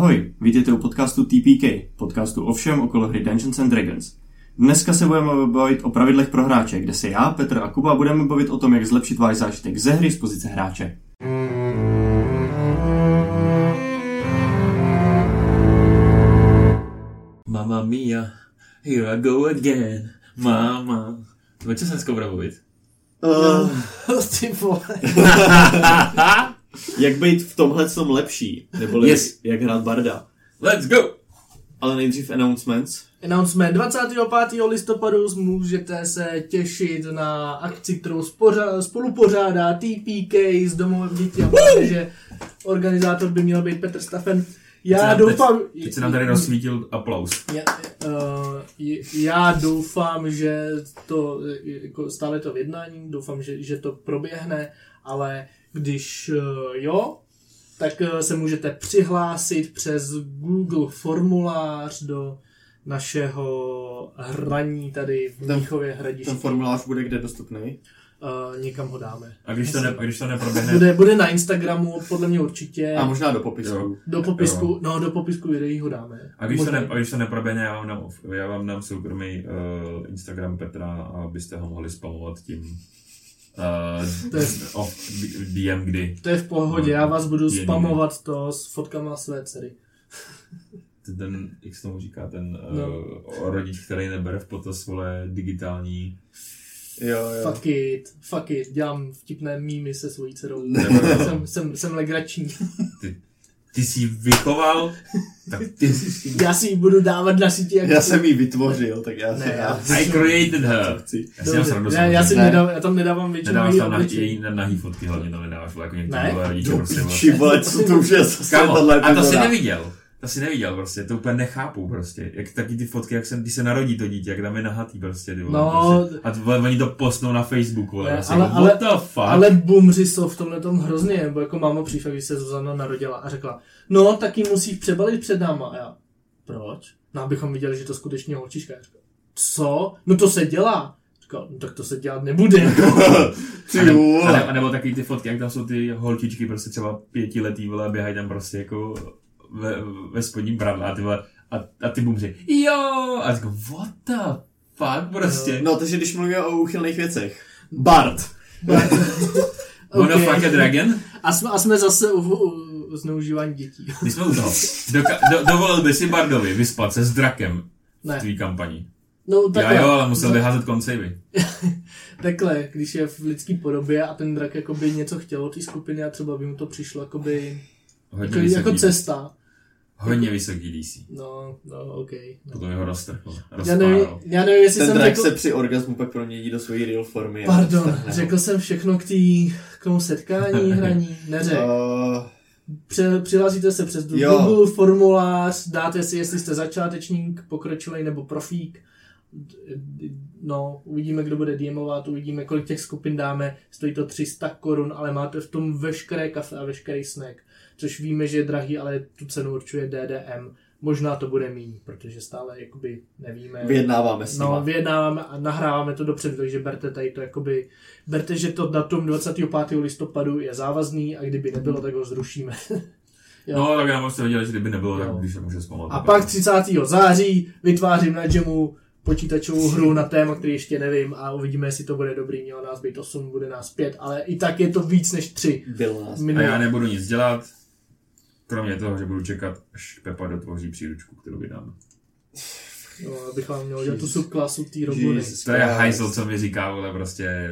Ahoj, vítejte u podcastu TPK, podcastu o všem okolo hry Dungeons and Dragons. Dneska se budeme bavit o pravidlech pro hráče, kde se já, Petr a Kuba budeme bavit o tom, jak zlepšit váš zážitek ze hry z pozice hráče. Mamma mia, here I go again, mama. O čem se dneska bude bavit? Ty vole. Jak být v tomhle tom lepší, nebo jak hrát barda. Let's go! Ale nejdřív announcements. Announcement 25. listopadu můžete se těšit na akci, kterou spolupořádá TPK s domovem dětí a mládeže. Organizátor by měl být Petr Staffen. Já doufám... Teď se nám tady rozsvítil aplaus. Já doufám, že to jako stále to v jednání, doufám, že to proběhne, ale když jo, tak se můžete přihlásit přes Google formulář do našeho hraní tady v Mnichově Hradišti. Ten formulář bude kde dostupný? Někam ho dáme. A když to neproběhne? Bude na Instagramu, podle mě určitě. A možná do popisku. Jo. Do popisku videí ho dáme. A když to neproběhne, já vám dám soukromý Instagram Petra, abyste ho mohli spamovat tím DM kdy. To je v pohodě, já vás budu spamovat to s fotkama své dcery. Ten, jak se tomu říká, rodič, který nebere v potaz svoje digitální... Jo. Fuck it, dělám vtipné mýmy se svojí dcerou. jsem legrační. Ty jsi ji vychoval, tak ty jsi... Já si ji budu dávat na síti. Já jsem ji vytvořil, tak já I created her. Já tam nedávám většinou. Nedáváš tam její nahý fotky, hlavně tam nedáváš, jako některé rodiče prostě. Vole, co to už je zase tohle. A to jsi neviděl prostě, to úplně nechápu prostě. Jak taky ty fotky, když se narodí to dítě, jak tam je nahatý prostě, ty vole. No, prostě. A oni to postnou na Facebooku, vole. Prostě, what the fuck? Ale boomři jsou v tomhletom hrozně, nebo jako máma přífakt, když se Zuzana narodila a řekla, no, taky musíš přebalit před náma. A já, proč? No, abychom viděli, že to skutečně holčička. Já říkal, co? No to se dělá. Říkal, no tak to se dělat nebude. A nebo taky ty fotky, jak tam jsou ty holčičky, prostě třeba 5letý, vole, běhají tam prostě jako ve spodním bradle a ty bumři, jo, a říkám, what the fuck, prostě. No, takže když mluvíme o úchylných věcech. Bard. Wanna fuck a dragon? A jsme zase u zneužívání dětí. My jsme u toho. Dovolil by si Bardovi vyspat se s drakem v tvý kampani. No, takhle. Jo, ale musel vyházet koncejvy. Takhle, když je v lidský podobě a ten drak jakoby něco chtěl od té skupiny a třeba by mu to přišlo jakoby jako cesta. Hodně vysoký DC. No, OK. No. Potom jeho roztrhl. Já nevím, jestli ten jsem drak řekl... se při orgasmu pak promění do svojí real formy. Pardon, řekl jsem všechno k tomu setkání, hraní, neřekl. Přihlásíte se přes Google formulář, dáte si, jestli jste začátečník, pokročilej nebo profík. No, uvidíme, kdo bude DMovat, uvidíme, kolik těch skupin dáme. Stojí to 300 korun, ale máte v tom veškeré kafe a veškerý snack. Což víme, že je drahý, ale tu cenu určuje DDM. Možná to bude míň, protože stále jakoby nevíme. Vyjednáváme s nima. No, vyjednáváme a nahráváme to dopředu, takže berte tady to jakoby, berte, že to datum 25. listopadu je závazný a kdyby nebylo, tak ho zrušíme. No, tak já jste viděli, že kdyby nebylo, tak když se může zpomalit. A pak 30. září vytvářím na Jamu počítačovou hru na téma, který ještě nevím a uvidíme, jestli to bude dobrý. Mělo nás být 8, bude nás 5, ale i tak je to víc než 3. A já nebudu nic dělat, kromě toho, že budu čekat, až Pepa dotvoří příručku, kterou vydáme. No, abych vám měl dělat tu subklasu té roguny. To je hajzl, co mi říká, vole, prostě...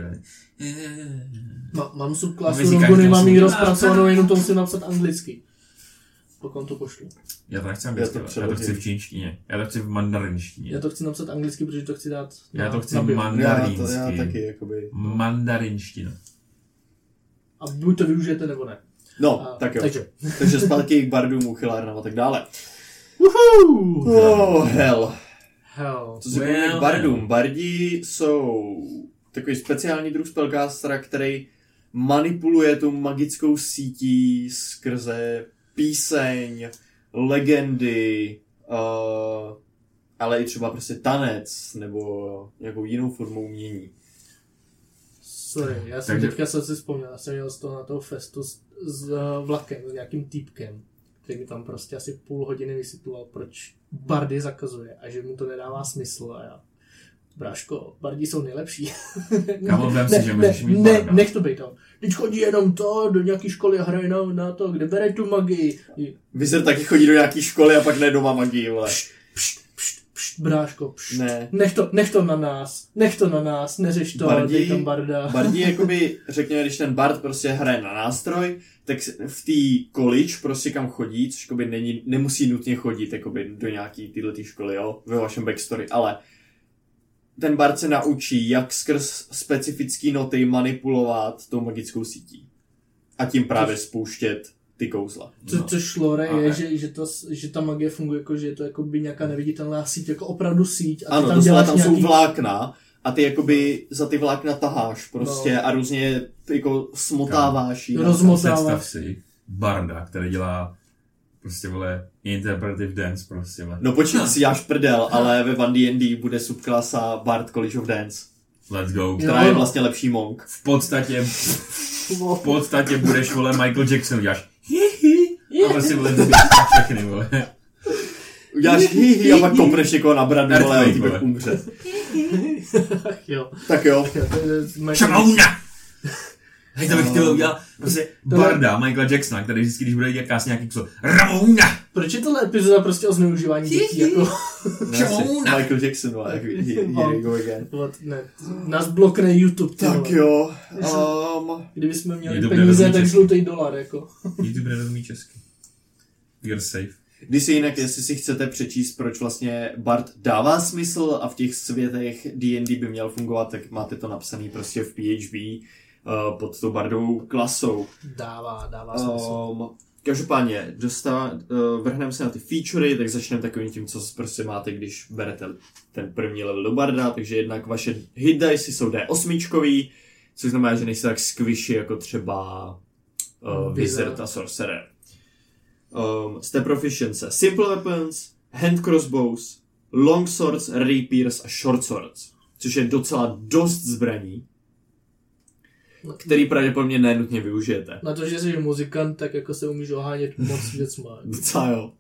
Mám subklasu roguny, mám ji rozpracovanou, jenom to musím napsat anglicky. Pokud to pošlu. Já to nechci anglicky, já to chci v čínštině. Já to chci v mandarinštině. Já to chci napsat anglicky, protože to chci dát já to chci mandarinsky. Já taky, jakoby. Mandarinština. A buď to využijete, nebo ne. No, tak jo. Takže zpátky k bardům, uchylárnám a tak dále. Hell. Co se povíme k bardům? Bardi jsou takový speciální druh spellcastera, který manipuluje tu magickou sítí skrze píseň, legendy, ale i třeba prostě tanec nebo nějakou jinou formou umění. Sorry, já jsem teďka si vzpomněl, já jsem jel z toho na toho festu s vlakem, s nějakým týpkem, který mi tam prostě asi půl hodiny vysvětloval, proč bardy zakazuje a že mu to nedává smysl a já. Bráško, bardi jsou nejlepší. Kámo, vem si, že můžeš mít barda. Nech to být tam. Teď chodí jenom to, do nějaký školy a hraje na to, kde bere tu magii. Wizard taky chodí do nějaký školy a pak ne doma magii, vole. Bráško, ne. Nech to na nás, neřeš to, dej tam barda. Bardi, jakoby, řekněme, když ten bard prostě hraje na nástroj, tak v té college prostě kam chodí, což jakoby nemusí nutně chodit jakoby do nějaký tyhle školy, jo, ve vašem backstory, ale ten bard se naučí, jak skrz specifický noty manipulovat tou magickou sítí. A tím právě spouštět ty kouzla. Což lore je, že ta magie funguje jako, že je to jakoby nějaká neviditelná síť, jako opravdu síť. A ano, tam děláš tam nějaký... jsou vlákna a ty jakoby za ty vlákna taháš prostě a různě jako smotáváš. Rozmotáváš. Představ si barda, který dělá prostě, vole, interpretive dance prostě, vole. No počkej, si jáš prdel, ale ve 1D&D bude subklasa Bard College of Dance. Let's go. Která je vlastně lepší monk. V podstatě budeš, vole, Michael Jackson, uděláš a prostě, vole, ty všechny, vole. Uděláš a pak kopneš někoho na bradu, vole, a ty pak umře. Tak jo. Šamauna! Hej, to bych chtěl udělat prostě barda Michaela Jacksona, který vždycky, když bude dělat nějaký kso, Ramona! Proč je tohle epizoda prostě o zneužívání dětí, jako? Šamauna! Michael Jackson, vole, here you go again. Ne, nás blokne YouTube, tak jo. Kdybychom měli peníze, tak žlutý $1, jako. YouTube nerozumí česky. You're safe. Když si jinak, jestli si chcete přečíst, proč vlastně Bard dává smysl a v těch světech D&D by měl fungovat, tak máte to napsaný prostě v PHB pod tou Bardovou klasou. Dává smysl. Každopádně, vrhneme se na ty featurey, tak začneme takovým tím, co prostě máte, když berete ten první level do Barda, takže jednak vaše hit dice jsou D8, což znamená, že nejste tak squishy jako třeba Wizard a Sorcerer. Jste proficience Simple Weapons, Hand Crossbows, Long Swords, Rapiers a Short Swords, což je docela dost zbraní, který pravděpodobně nenutně využijete. Na to, že jsi muzikant, tak jako se umíš ohánět moc věcma. Docela jo.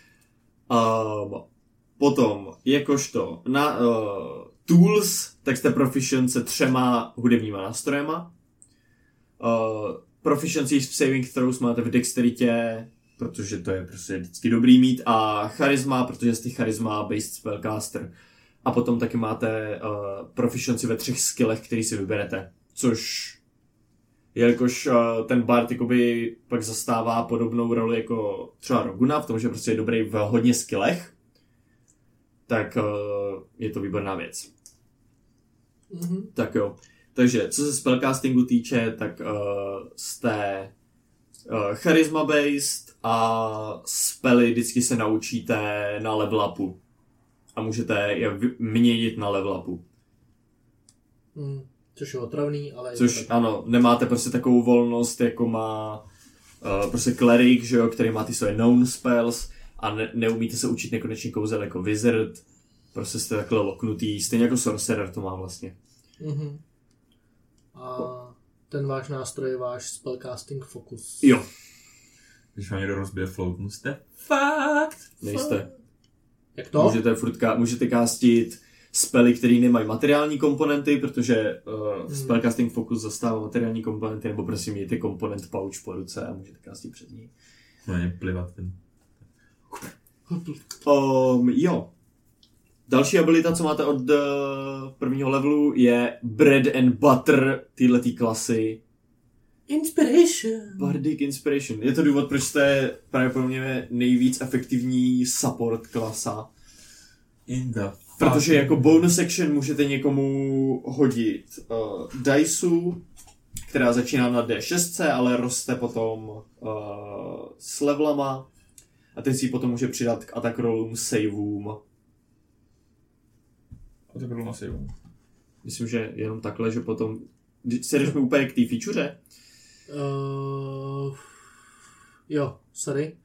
Potom, jakožto na tools, tak jste proficient se 3 hudebníma nástrojema. Proficiency v saving throws máte v dexteritě, protože to je prostě vždycky dobrý mít, a charisma, protože jste charisma-based spellcaster. A potom taky máte proficiency ve 3 skillech, který si vyberete, což jelikož ten bard jakoby pak zastává podobnou roli jako třeba Roguna, v tom, že prostě je dobrý v hodně skillech, tak je to výborná věc. Mm-hmm. Tak jo. Takže, co se spellcastingu týče, tak jste charisma-based a spely vždycky se naučíte na level upu. A můžete je měnit na level upu. Což je otravný, ale... Což ano, nemáte prostě takovou volnost, jako má prostě cleric, že jo, který má ty svoje known spells a neumíte se učit nekonečně kouzel jako wizard. Prostě jste takhle loknutý, stejně jako sorcerer to má vlastně. Mm-hmm. A ten váš nástroj je váš spellcasting focus. Jo. Když vám někdo rozbije float, jste fakt. Nejste. Jak to? Můžete castit spely, které nemají materiální komponenty, protože spellcasting focus zastává materiální komponenty, nebo prostě mějte komponent pouch po ruce a můžete castit před ní. Plivat ten. Jo. Další abilita, co máte od prvního levelu, je bread and butter téhletý klasy. Inspiration. Bardic Inspiration. Je to důvod, proč jste právě pro mě nejvíc efektivní support klasa. Protože jako bonus action můžete někomu hodit diceu, která začíná na D6, ale roste potom s levelama. A ten si potom může přidat k attack rollům, saveům. Attack rollům a saveům. Myslím, že jenom takhle, že potom... Se jdeme úplně k té feature? Jo, sorry.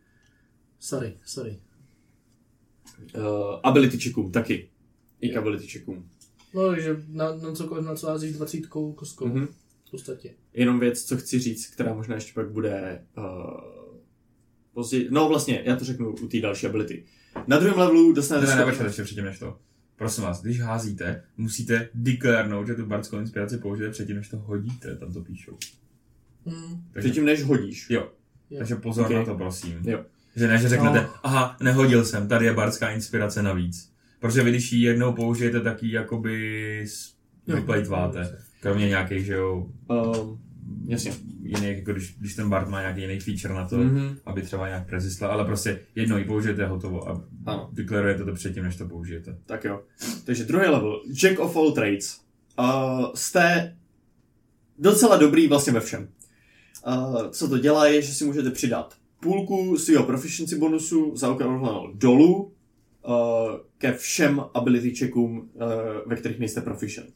Ability checkům taky. I ability checkům. No, takže na cokoliv, na co házíš 20 kostkou. Mm-hmm. V podstatě. Jenom věc, co chci říct, která možná ještě pak bude později, no vlastně, já to řeknu u té další ability. Na druhém levelu dostanete... Ne, ještě předtím než to. Prosím vás, když házíte, musíte deklarnout, že tu bardskou inspiraci použijete předtím, než to hodíte, tam to píšou. Takže, předtím, než hodíš. Jo. Takže pozor na to, prosím. Jo. Že ne, že řeknete, aha, nehodil jsem, tady je bardská inspirace navíc. Protože vy, když ji jednou použijete, tak ji jakoby vyplejtváte. Kromě nějakých, že jo, jasně. Jiných, jako když ten bard má nějaký jiný feature na to, aby třeba nějak prezistla, ale prostě jednou ji použijete hotovo a deklarujete to předtím, než to použijete. Tak jo. Takže druhý level, Jack of all trades. Jste docela dobrý vlastně ve všem. Co to dělá je, že si můžete přidat půlku svého proficiency bonusu zaokrouhlenou dolů ke všem ability checkům, ve kterých nejste proficient.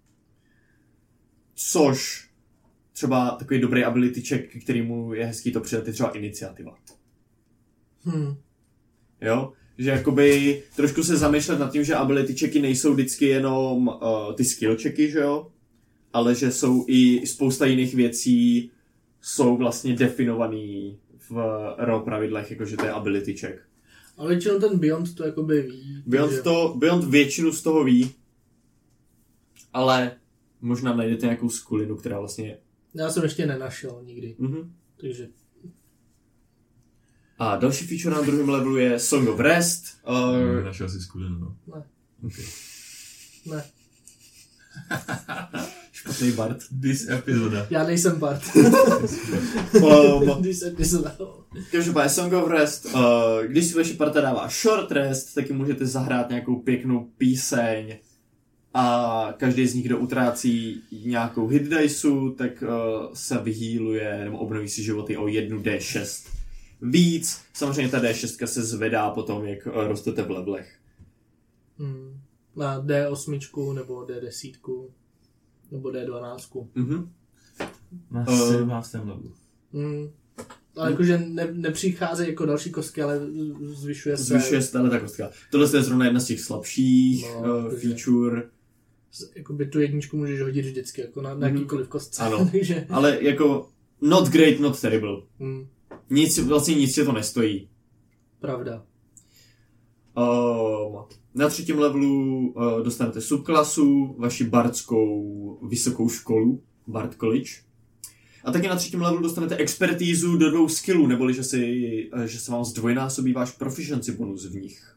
Což třeba takový dobrý ability check, kterýmu je hezký to přidat, je třeba iniciativa. Jo? Že jakoby trošku se zamýšlet nad tím, že ability checky nejsou vždycky jenom ty skill checky, že jo? Ale že jsou i spousta jiných věcí jsou vlastně definovaný v role pravidlech, jakože to je ability check. Ale většinou ten Beyond to jakoby ví. Beyond většinu z toho ví, ale možná najdete nějakou skulinu, která vlastně... Já jsem ještě nenašel nikdy. Takže... A další feature na druhém levelu je Song of Rest. Našel jsi skulinu, no. Ne. Okay. Ne. Špatný bard. This epizoda. Já nejsem bard. This epizoda. Každopádně Song of Rest. Když si vaše parta dává short rest, taky můžete zahrát nějakou pěknou píseň. A každý z nich, kdo utrácí nějakou hit diceu, tak se vyhýluje nebo obnoví si životy o 1d6 víc. Samozřejmě ta d6 se zvedá potom, jak rostete v levelech. Na D8 nebo D10 nebo D12. Na 17. levelu. Ale jakože nepřichází jako další kostky, ale zvyšuje se... Zvyšuje se ta kostka. Tohle je zrovna jedna z těch slabších feature. Jakoby tu jedničku můžeš hodit vždycky, jako na jakýkoliv kostce. Ano, takže... ale jako not great, not terrible. Vlastně nic se to nestojí. Pravda. Na třetím levelu dostanete subklasu, vaši bardskou vysokou školu, Bard College. A taky na třetím levelu dostanete expertízu do 2 skillů, neboli že se vám zdvojnásobí váš proficiency bonus v nich.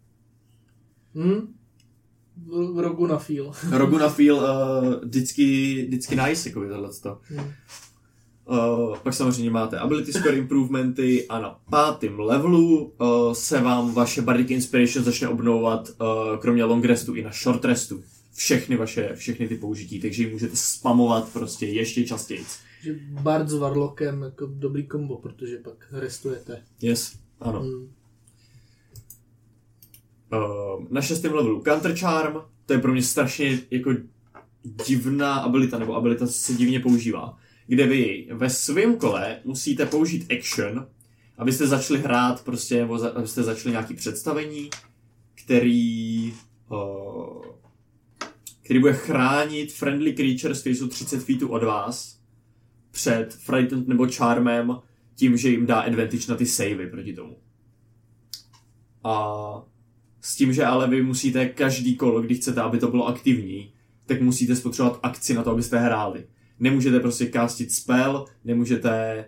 Rogu na feel. Rogu na feel, vždycky nice, jako je tohleto. Pak samozřejmě máte ability score improvementy a na 5. levelu se vám vaše Bardic Inspiration začne obnovovat kromě long restu i na short restu. Všechny ty použití, takže ji můžete spamovat prostě ještě častěji. Že Bard s Warlockem jako dobrý kombo, protože pak restujete. Yes, ano. Na 6. levelu Counter Charm, to je pro mě strašně jako divná abilita, nebo abilita se divně používá. Kde vy ve svém kole musíte použít action, abyste začali hrát prostě, nebo abyste začali nějaké představení, který bude chránit friendly creatures, kteří jsou 30 feetů od vás, před frightened nebo charmem, tím, že jim dá advantage na ty savey proti tomu. A s tím, že ale vy musíte každý kolo, když chcete, aby to bylo aktivní, tak musíte spotřebovat akci na to, abyste hráli. Nemůžete prostě castit spell, nemůžete,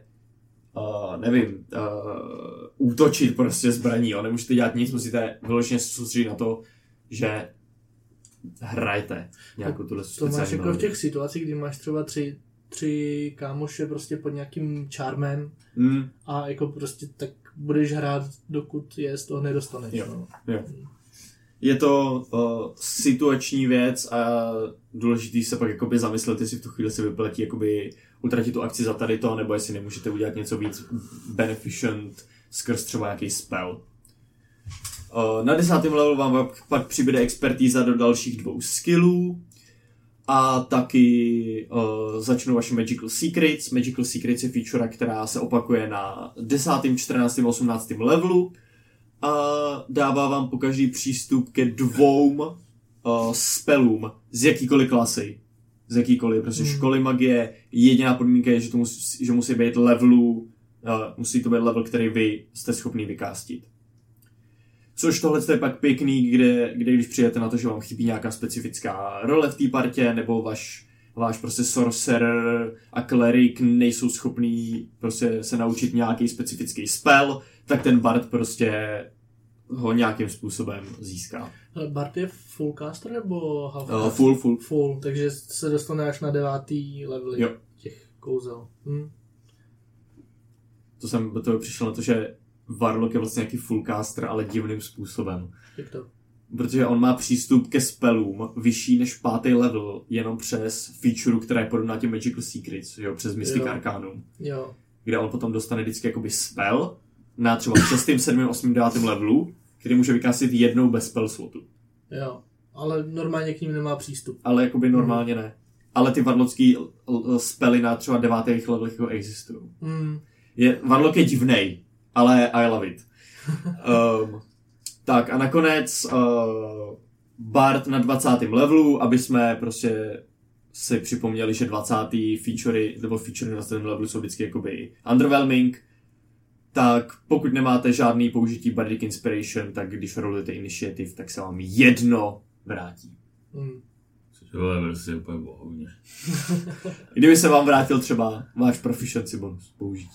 útočit prostě zbraní, jo? Nemůžete dělat nic, musíte vyloženě se soustředit na to, že hrajete nějakou tuhle speciální. To máš jako v těch situacích, kdy máš třeba tři kámoše prostě pod nějakým charmem a jako prostě tak budeš hrát, dokud je z toho nedostaneš. Jo. Je to situační věc a důležitý se pak jakoby zamyslet, jestli v tu chvíli se vyplatí jakoby utratit tu akci za tady to, nebo jestli nemůžete udělat něco víc beneficent skrz třeba nějaký spell. Na 10. levelu vám pak přibude expertíza do dalších 2 skillů a taky začnou vaše Magical Secrets. Magical Secrets je feature, která se opakuje na 10., 14., 18. levelu a dává vám pokaždý přístup ke 2 spellům z jakýkoliv klasy. Z jakýkoliv prostě školy magie. Jediná podmínka je, že musí být levelu Musí to být level, který vy jste schopný vykástit. Což tohle je pak pěkný, kde když přijete na to, že vám chybí nějaká specifická role v té partě, nebo váš prostě sorcerer a cleric nejsou schopný prostě se naučit nějaký specifický spell, tak ten bard prostě ho nějakým způsobem získá. Bard je full caster nebo half Full. Full, takže se dostane až na 9. level těch kouzel. To přišlo na to, že Warlock je vlastně nějaký full caster, ale divným způsobem. Jak to? Protože on má přístup ke spellům vyšší než 5. level, jenom přes feature, která je podobná těm Magical Secrets, jo, přes Mystic Arcanum. Jo. Kde on potom dostane vždycky jakoby spell na třeba 6., 7., 8., 9. levelu, který může vykástit jednou bez spell slotu. Jo, ale normálně k ním nemá přístup. Ale jakoby normálně ne. Ale ty warlocký spely na třeba 9. levelech jako existují. Warlock je divnej, ale I love it. Tak a nakonec Bard na 20. levelu, aby jsme prostě si připomněli, že 20. featurey na 20. levelu jsou vždycky jakoby underwhelming, tak pokud nemáte žádný použití Bardic Inspiration, tak když rolujete initiativ, tak se vám jedno vrátí. To je prostě úplně bohovně. Kdyby se vám vrátil třeba váš proficiency bonus použít.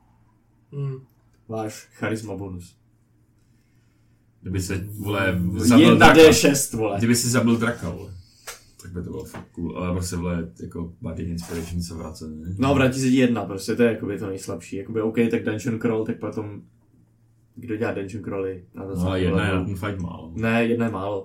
Váš charisma bonus. Kdyby se, zabil 1d6, vole. Kdyby si zabil draka, vole. Tak by to bylo fakt cool, ale prostě, vole, jako Bardic Inspiration se vrátí. No, vrátí se 1, prostě, to je jakoby to nejslabší. Jakoby OK, tak Dungeon Crawl, tak potom... Kdo dělá Dungeon Crawly? No, ale 1 je na ten fight málo. Ne, 1 je málo.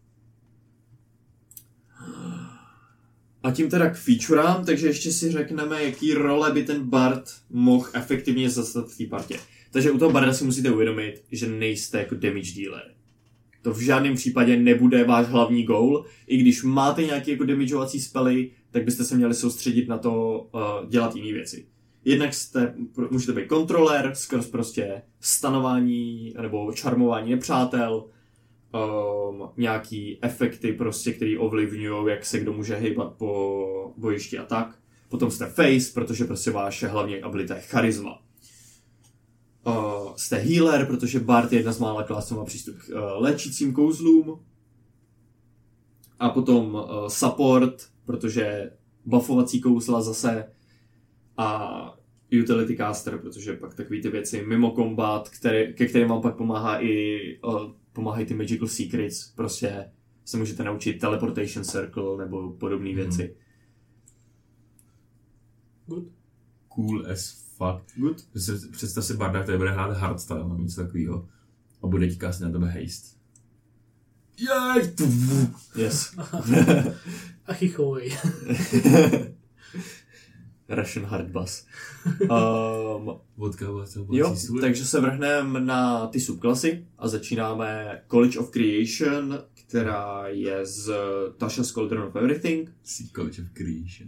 A tím teda k featurám, takže ještě si řekneme, jaký role by ten Bard mohl efektivně zastat v té partě. Takže u toho Barda si musíte uvědomit, že nejste jako damage dealer. To v žádném případě nebude váš hlavní goal. I když máte nějaké jako damageovací spely, tak byste se měli soustředit na to dělat jiné věci. Jednak můžete být kontroler skrz prostě stanování nebo čarmování nepřátel, nějaký efekty prostě, které ovlivňují, jak se kdo může hejbat po bojišti a tak. Potom jste face, protože prostě vaše hlavní abilita je charisma. Jste healer, protože Bard je jedna z mála klas, co má přístup k léčícím kouzlům. A potom support, protože buffovací kouzla zase. A utility caster, protože pak takový ty věci mimo kombat, ke kterým vám pak pomáhají ty Magical Secrets. Prostě se můžete naučit teleportation circle nebo podobné věci. Good. Cool as fuck. Good. Představ si Barda, který bude hrát hardstyle nebo něco takového. A bude ti kástit na tebe haste. Jej! Yes. A chichovej. Russian hard bass. Jo, takže se vrhneme na ty subklasy a začínáme College of Creation, která je z Tasha's Cauldron of Everything. College of Creation.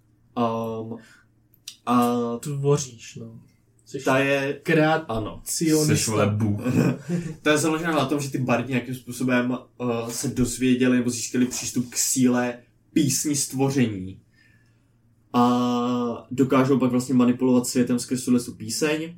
A tvoříš, no. Ta je kreacionista. Seš vole bůh. Ta je založena na tom, že ty bardi nějakým způsobem se dozvěděli nebo získali přístup k síle písni stvoření. A dokážou pak vlastně manipulovat světem skrz tu píseň,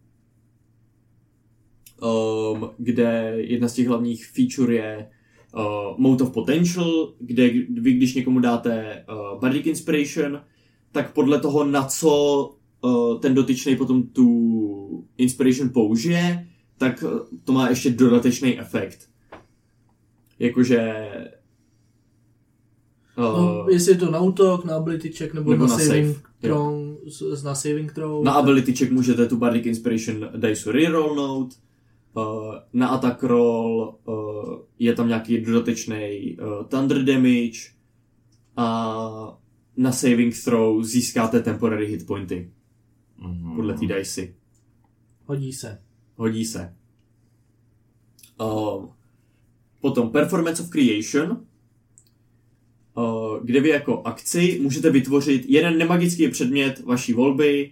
kde jedna z těch hlavních feature je Mode of Potential, kde vy, když někomu dáte Bardic Inspiration, tak podle toho, na co ten dotyčný potom tu Inspiration použije, tak to má ještě dodatečný efekt. Jakože... jestli je to na útok, na ability check, nebo na saving throw, na saving throw. Na ability check můžete tu Bardic Inspiration dice rerollnout, na attack roll je tam nějaký dodatečný thunder damage a na saving throw získáte temporary hit pointy. Podle té dice. Hodí se. Potom Performance of Creation, kde vy jako akci můžete vytvořit jeden nemagický předmět vaší volby.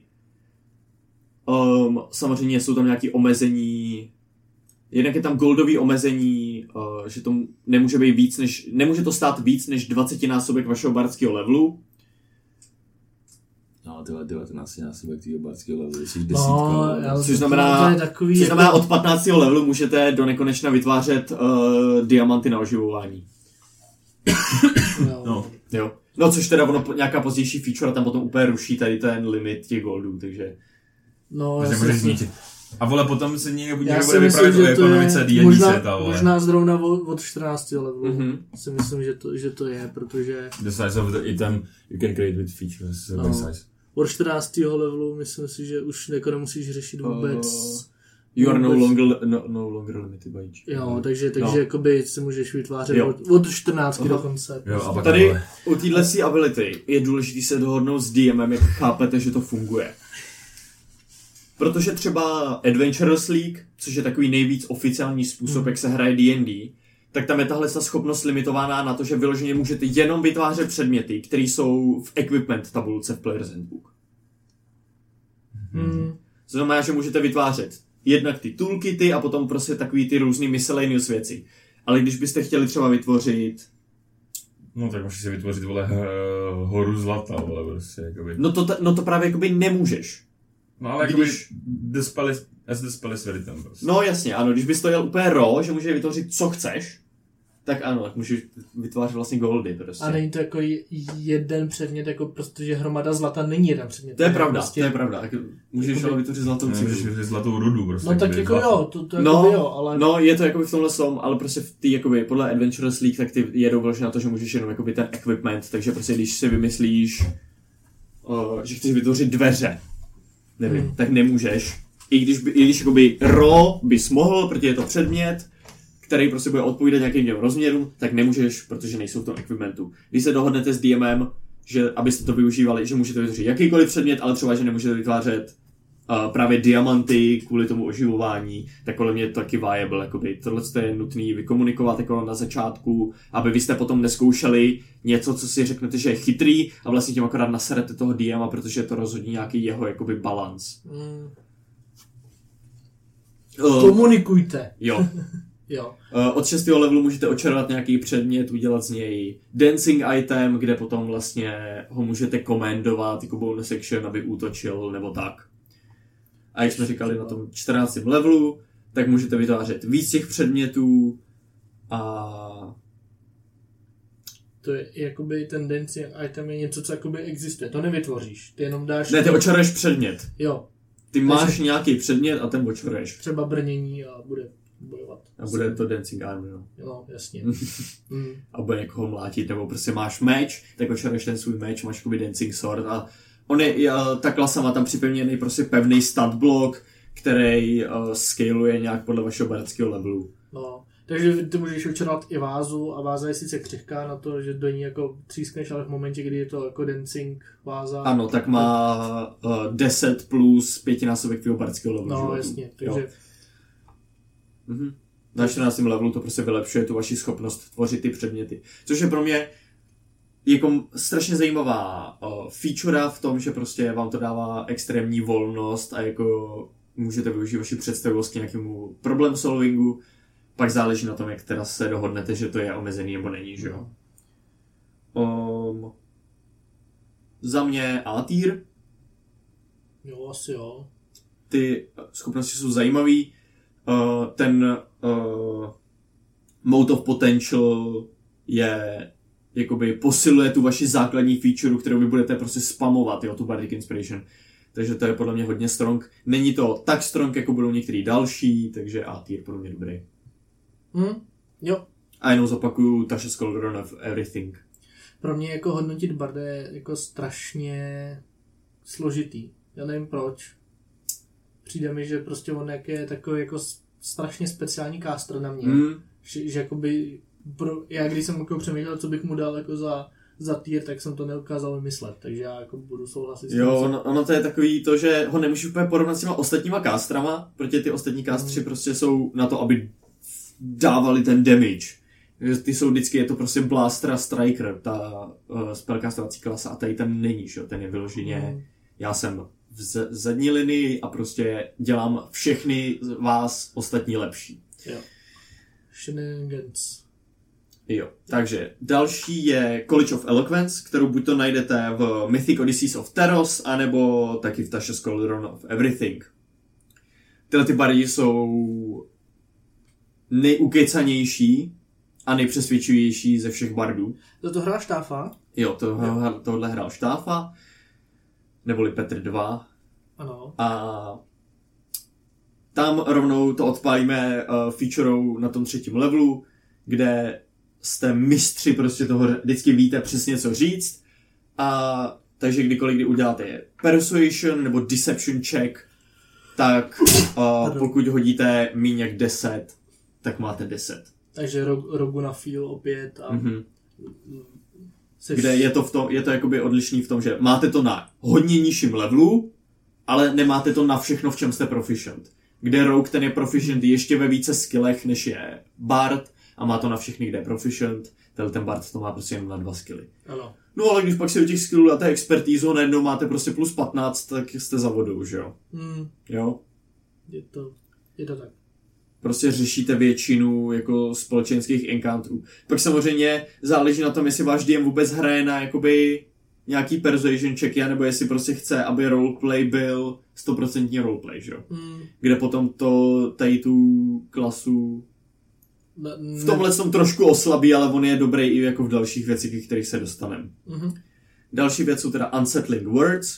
Samozřejmě jsou tam nějaké omezení. Jednak je tam goldový omezení, že to nemůže být nemůže to stát víc než 20násobek vašeho bardského levelu. No, tyhle 19 násobek tého barského levelu, jsi desítka. Což znamená od 15. levelu můžete do nekonečna vytvářet diamanty na oživování. Jo. No což teda ono, nějaká pozdější feature tam potom úplně ruší tady ten limit těch goldů, takže... No, a vole, potom se někdo bude vyprávět o ekonomice D&D světa, vole. Možná zrovna od 14. levelu si myslím, že to je, protože... The size of the item you can create with features, size. Od 14. levelu myslím si, že už nemusíš řešit vůbec... You are no longer limited by each. Jo, takže jakoby si můžeš vytvářet od 14 dokonce. Jo, a tady u téhle ability je důležité se dohodnout s DMem, jak chápete, že to funguje. Protože třeba Adventurers League, což je takový nejvíc oficiální způsob, jak se hraje D&D, tak tam je tahle znalost limitovaná na to, že vyloženě můžete jenom vytvářet předměty, které jsou v equipment tabulce v Player's Handbook. To znamená, že můžete vytvářet jednak ty toolkity a potom prostě takový ty různý miscellaneous věci. Ale když byste chtěli třeba vytvořit... No tak můžeš si vytvořit, vole, horu zlata, vole, prostě, jakoby. No to právě jakoby nemůžeš. No ale jakoby the spell is written, prostě. No jasně, ano, když bys to jel úplně raw, že můžeš vytvořit co chceš, tak ano, tak můžeš vytvářet vlastně goldy prostě. A není to jako jeden předmět, jako protože hromada zlata není jeden předmět. To je pravda, prostě... to je pravda. Můžeš ale vytvořit zlatou cílu. Můžeš vytvořit zlatou rudu prostě. No tak jako jo, to jo, ale... No, je to jakoby v tomhle tom, ale prostě v tý, jakoby, podle Adventurers League, tak ty jedou vlastně na to, že můžeš jenom jakoby ten equipment, takže prostě když si vymyslíš, že chceš vytvořit dveře, nevím, tak nemůžeš. I když jakoby raw bys mohl, protože je to předmět, který prostě bude odpovídat nějakým těm rozměrům, tak nemůžeš, protože nejsou v tom equipmentu. Když se dohodnete s DMem, že abyste to využívali, že můžete vytvořit jakýkoliv předmět, ale třeba, že nemůžete vytvářet právě diamanty kvůli tomu oživování, tak podle mě je to taky viable. Jakoby. Tohle je nutné vykomunikovat jako na začátku, aby vy jste potom neskoušeli něco, co si řeknete, že je chytrý a vlastně tím akorát naserete toho DMa, protože je to rozhodně nějaký jeho jakoby balans. Komunikujte. Jo. Jo. Od 6. levelu můžete očarovat nějaký předmět, udělat z něj dancing item, kde potom vlastně ho můžete komandovat jako bonus action, aby útočil nebo tak. A jak jsme říkali na tom 14. levelu, tak můžete vytvářet víc těch předmětů a... To je jakoby ten dancing item je něco, co jakoby existuje. To nevytvoříš, ty jenom dáš... Ne, ty očaruješ předmět. Jo. Ty máš nějaký předmět a ten očaruješ. Třeba brnění a bude bojovat. A bude to dancing arm, jo. No, jasně. A bude někoho mlátit, nebo prostě máš meč, tak očaruješ ten svůj meč, máš jakoby dancing sword a ta klasa má tam připevněný prostě pevný stat block, který scaluje nějak podle vašeho bardského levelu. No, takže ty můžeš očarovat i vázu a váza je sice křehká na to, že do ní jako třískneš, ale v momentě, kdy je to jako dancing váza... Ano, tak má 10 plus 5násobek tvého bardského levelu. No, životu. jasně, takže... Na 14. levelu to prostě vylepšuje tu vaši schopnost tvořit ty předměty. Což je pro mě jako strašně zajímavá feature v tom, že prostě vám to dává extrémní volnost a jako můžete využít vaši představivost k nějakému problem solvingu. Pak záleží na tom, jak teda se dohodnete, že to je omezený nebo není, že jo. Za mě A tier. Jo, asi jo. Ty schopnosti jsou zajímavý. Ten mode of potential je jakoby posiluje tu vaši základní feature, kterou vy budete prostě spamovat, jo, tu Bardic Inspiration. Takže to je podle mě hodně strong. Není to tak strong, jako budou některý další, takže A tier pro mě dobrý. Jo. A jenom zopakuju Tasha's Cauldron of Everything. Pro mě jako hodnotit barda je jako strašně složitý. Já nevím proč. Přijde mi, že prostě on je takový jako strašně speciální caster na mě. Že jakoby, já když jsem jako přemýšlel, co bych mu dal jako za tier, tak jsem to neukázal vymyslet, takže já jako budu souhlasit s tím. Jo, ono to je takový to, že ho nemůžu úplně porovnat s těma ostatníma castrama, protože ty ostatní castři prostě jsou na to, aby dávali ten damage. Ty jsou vždycky, je to prostě Blaster a Striker, ta spellcastovací klasa, a tady ten není, že? Ten je vyloženě, já jsem v zadní linii a prostě dělám všechny vás ostatní lepší. Jo. Shenanigans. Jo, takže další je College of Eloquence, kterou buď to najdete v Mythic Odysseys of Teros, anebo taky v Tasha's Cauldron of Everything. Tyhle ty bardi jsou nejukecanější a nejpřesvědčivější ze všech bardů. To hrál Štáfa? Jo, tohle hrál Štáfa, neboli Petr 2. Ano. A tam rovnou to odpálíme featurou na tom 3. levelu, kde jste mistři prostě toho, vždycky víte přesně co říct. A takže kdykoliv, kdy uděláte persuasion nebo deception check, tak pokud hodíte míň jak 10, tak máte 10. Takže rogu na feel opět a... Kde je to jakoby odlišný v tom, že máte to na hodně nižším levelu, ale nemáte to na všechno, v čem jste proficient. Kde rogue ten je proficient ještě ve více skillech, než je bard, a má to na všechny, kde je proficient. Ten bard to má prostě jen na 2 skilly. Ano. No ale když pak si do těch skillů dáte expertízu, najednou máte prostě plus 15, tak jste za vodou, že jo? Jo? Je to tak. Prostě řešíte většinu jako společenských encounterů. Pak samozřejmě záleží na tom, jestli váš DM vůbec hraje na jakoby nějaký persuasion checky, nebo jestli prostě chce, aby roleplay byl 100% roleplay, že jo? Kde potom tady tu klasu v tomhle tom trošku oslabí, ale on je dobrý i jako v dalších věcích, kterých se dostaneme. Další věc jsou teda unsettling words,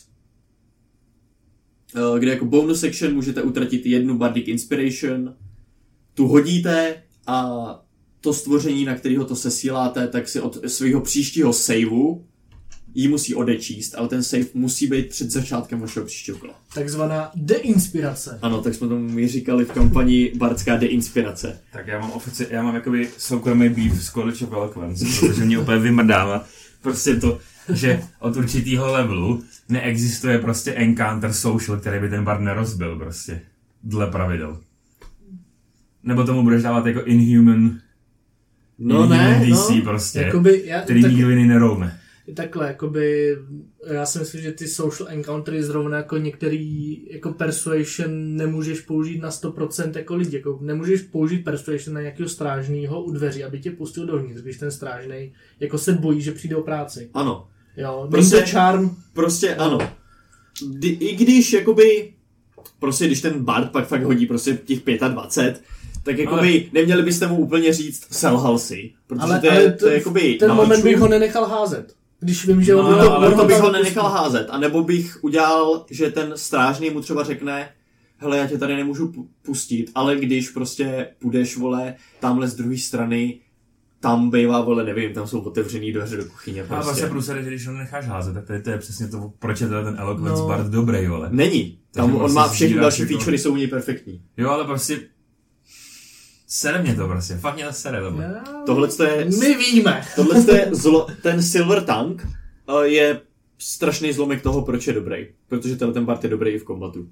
kde jako bonus section můžete utratit 1 bardic inspiration, tu hodíte a to stvoření, na kterého to sesíláte, tak si od svého příštího saveu ji musí odečíst, ale ten save musí být před začátkem vašeho příštího kola. Takzvaná deinspirace. Ano, tak jsme tomu my říkali v kampani bardská deinspirace. Tak já mám jakoby soukromý beef s College of Eloquence, protože mě úplně vymrdává prostě to, že od určitýho levelu neexistuje prostě encounter social, který by ten bard nerozbil prostě, dle pravidel. Nebo tomu budeš dávat jako inhuman DC prostě, jakoby, který nikdo jiný neroune. Takhle, jakoby, já si myslím, že ty social encountery zrovna jako některý jako persuasion nemůžeš použít na 100% jako lidi, jako nemůžeš použít persuasion na nějakého strážného u dveří, aby tě pustil dovnitř, když ten strážnej jako se bojí, že přijde o práci. Ano. Jo, prostě charm. Prostě ano. I když jakoby, prostě když ten bard pak fakt hodí prostě těch 25, tak jakoby neměli byste mu úplně říct selhal si, protože to je jakoby ten moment bych ho nenechal házet. Když vím, že to bych ho nenechal házet, anebo bych udělal, že ten strážný mu třeba řekne, hele, já tě tady nemůžu pustit, ale když prostě půjdeš, vole, tamhle z druhé strany, tam bývá, vole, nevím, tam jsou otevřený dveře do kuchyně. Prostě. A vlastně průsad, že když ho necháš házet, tak to je přesně to, proč je ten Eloquence bard dobrý, vole. Není. Tam on má všechny další featurey, jsou u něj perfektní. Jo, ale prostě sere mě to prostě, fakt mě to sere. Tohle je... My víme. Tohle je ten Silver Tank je strašný zlomek toho, proč je dobrý. Protože ten bard je dobrý i v kombatu.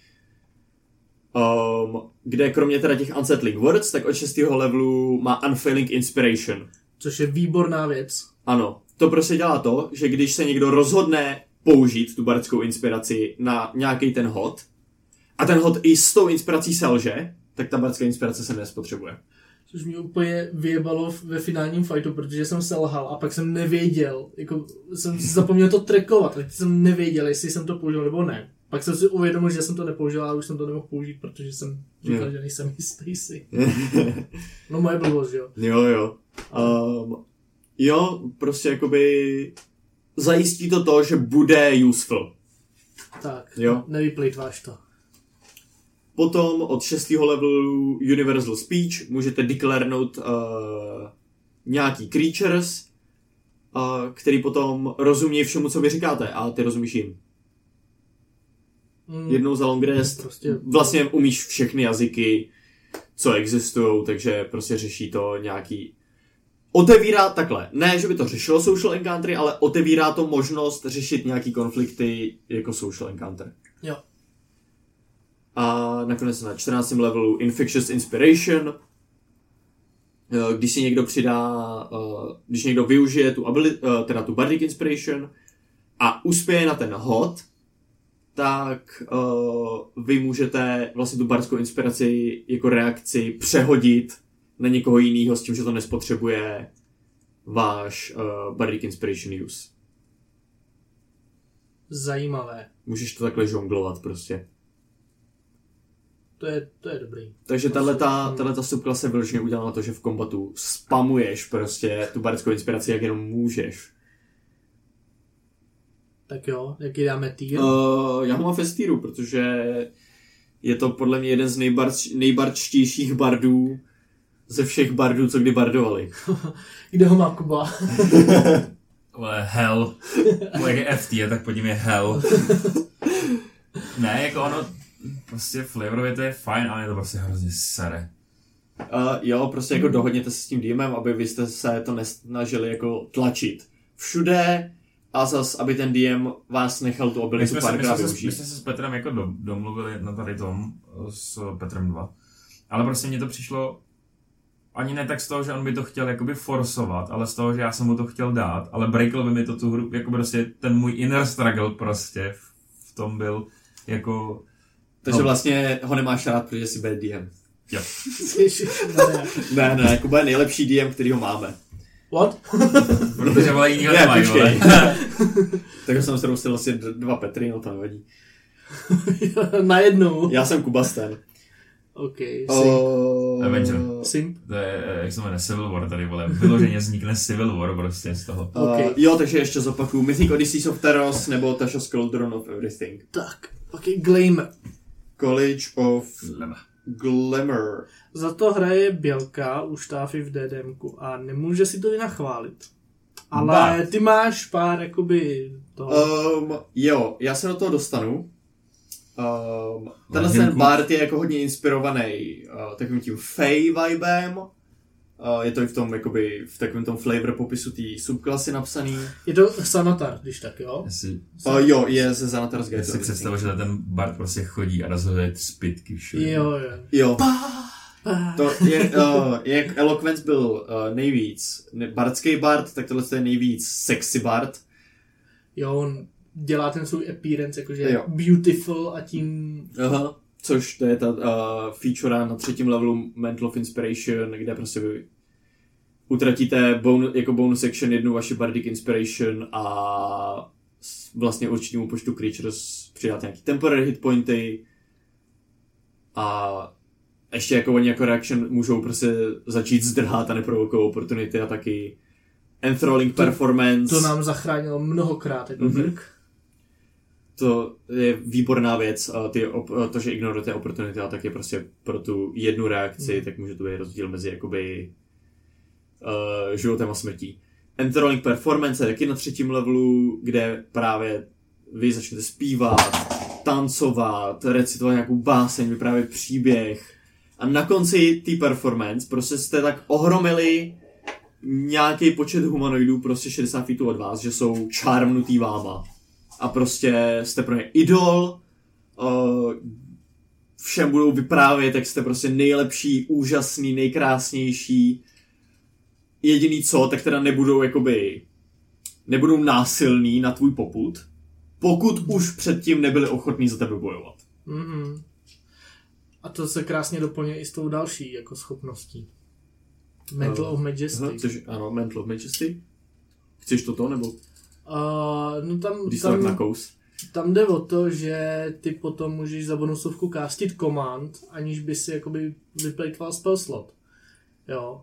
Kde kromě teda těch Unsettling Words, tak od 6. levelu má Unfailing Inspiration. Což je výborná věc. Ano, to prostě dělá to, že když se někdo rozhodne použít tu bardskou inspiraci na nějaký ten hod, a ten hod i s tou inspirací selže, tak ta bardská inspirace se nespotřebuje. Což mě úplně vyjebalo ve finálním fightu, protože jsem selhal a pak jsem nevěděl, jako jsem si zapomněl to trackovat, tak jsem nevěděl, jestli jsem to použil nebo ne. Pak jsem si uvědomil, že jsem to nepoužil, ale už jsem to nemohl použít, protože jsem říkal, že nejsem jistý si. No moje blbost, jo. Jo. Jo, prostě jakoby zajistí to, že bude useful. Tak, jo. Nevyplejtváš to. Potom od 6. levelu Universal Speech můžete deklarnout nějaký creatures, který potom rozumí všemu, co vy říkáte, a ty rozumíš jim. Jednou za long rest prostě vlastně umíš všechny jazyky, co existují, takže prostě řeší to nějaký... Otevírá takhle, ne, že by to řešilo social encountery, ale otevírá to možnost řešit nějaký konflikty jako social encounter. Jo. A nakonec na 14. levelu Infectious Inspiration, když si někdo přidá, když někdo využije teda tu Bardic Inspiration a uspěje na ten hod, tak vy můžete vlastně tu bardskou inspiraci jako reakci přehodit na někoho jiného s tím, že to nespotřebuje váš Bardic Inspiration use. Zajímavé. Můžeš to takhle žonglovat prostě. To je dobrý. Takže tato subklase vyloženě udělala to, že v kombatu spamuješ prostě tu bardickou inspiraci, jak jenom můžeš. Tak jo, jaký dáme tier? Já ho mám v S-tieru, protože je to podle mě jeden z nejbardštějších bardů ze všech bardů, co kdy bardovali. Kde ho má Kuba? Hell. Jak je FT, tak pod ním je Hell. Ne, jako ono, prostě flavorově to je fajn, ale je to prostě hrozně sere. Jo, prostě jako dohodněte se s tím DMem, aby vy jste se to nesnažili jako tlačit všude a zas, aby ten DM vás nechal tu abilitu párkrát využít. My jsme se s Petrem jako domluvili na tady tom, s Petrem 2, ale prostě mně to přišlo ani ne tak z toho, že on by to chtěl jakoby forsovat, ale z toho, že já jsem mu to chtěl dát, ale breakl by mi to tu hru, jako prostě ten můj inner struggle prostě v tom byl jako... Takže vlastně ho nemáš rád, protože jsi bad DM. Jo. Ne, Kuba je nejlepší DM, který ho máme. What? Protože vole jinýho nemají, vole. Takže jsem se dostal vlastně 2 Petry, no to nevadí. Najednou. Já jsem Kubasten. OK. Avenger. Simp. To je, jak se jmenuje, Civil War tady, vole. Vyloženě vznikne Civil War prostě z toho. Okay. Jo, takže ještě zopakuju. Mythic Odysseys of Taros nebo Tasha's Cauldron of Everything. Tak, OK, Glamour. College of Glamour. Za to hraje Bělka u štáfy v DDMku a nemůže si to vynachválit. Ale ty máš pár jakoby to... Jo, já se do toho dostanu. Tenhle ten bard je jako hodně inspirovaný takovým tím Fey vibem. Je to i v tom, jakoby, v takovém tom flavor popisu té subklasy napsaný. Je to Sanatar, když tak, jo? Jo, je ze Sanatar's Guide. Já si představuji, že ten bard prostě chodí a rozhoduje zpytky všude. Jo. To je, jak Eloquence byl nejvíc bardský bard, tak tohle je nejvíc sexy bard. Jo, on dělá ten svůj appearance, jakože beautiful a tím... Aha, což to je ta feature na 3. levelu Mantle of Inspiration, kde prostě vy utratíte jako bonus action jednu vaši Bardic Inspiration a vlastně určitému počtu creatures přidáte nějaký temporary hit pointy a ještě jako oni jako reaction můžou prostě začít zdrhat a neprovokovat opportunity a taky enthralling performance. To nám zachránilo mnohokrát jako Brk. To je výborná věc, to, že ignorujete opportunity a tak je prostě pro tu jednu reakci, tak může to být rozdíl mezi jakoby životem a smrtí. Enthralling performance je taky na 3. levelu, kde právě vy začnete zpívat, tancovat, recitovat nějakou báseň, vyprávět příběh a na konci té performance prostě jste tak ohromili nějaký počet humanoidů prostě 60 feetů od vás, že jsou charmnutý váma. A prostě jste pro ně idol, všem budou vyprávět, jak jste prostě nejlepší, úžasný, nejkrásnější. Jediný co, tak teda nebudou násilný na tvůj popud, pokud už předtím nebyli ochotní za tebe bojovat. Mm-hmm. A to se krásně doplňuje i s tou další jako schopností. Mantle of Majesty. Ano, Mantle of Majesty. Chceš to nebo? No tam jde o to, že ty potom můžeš za bonusovku castit command, aniž by si jakoby vyplejtval spell slot. Jo.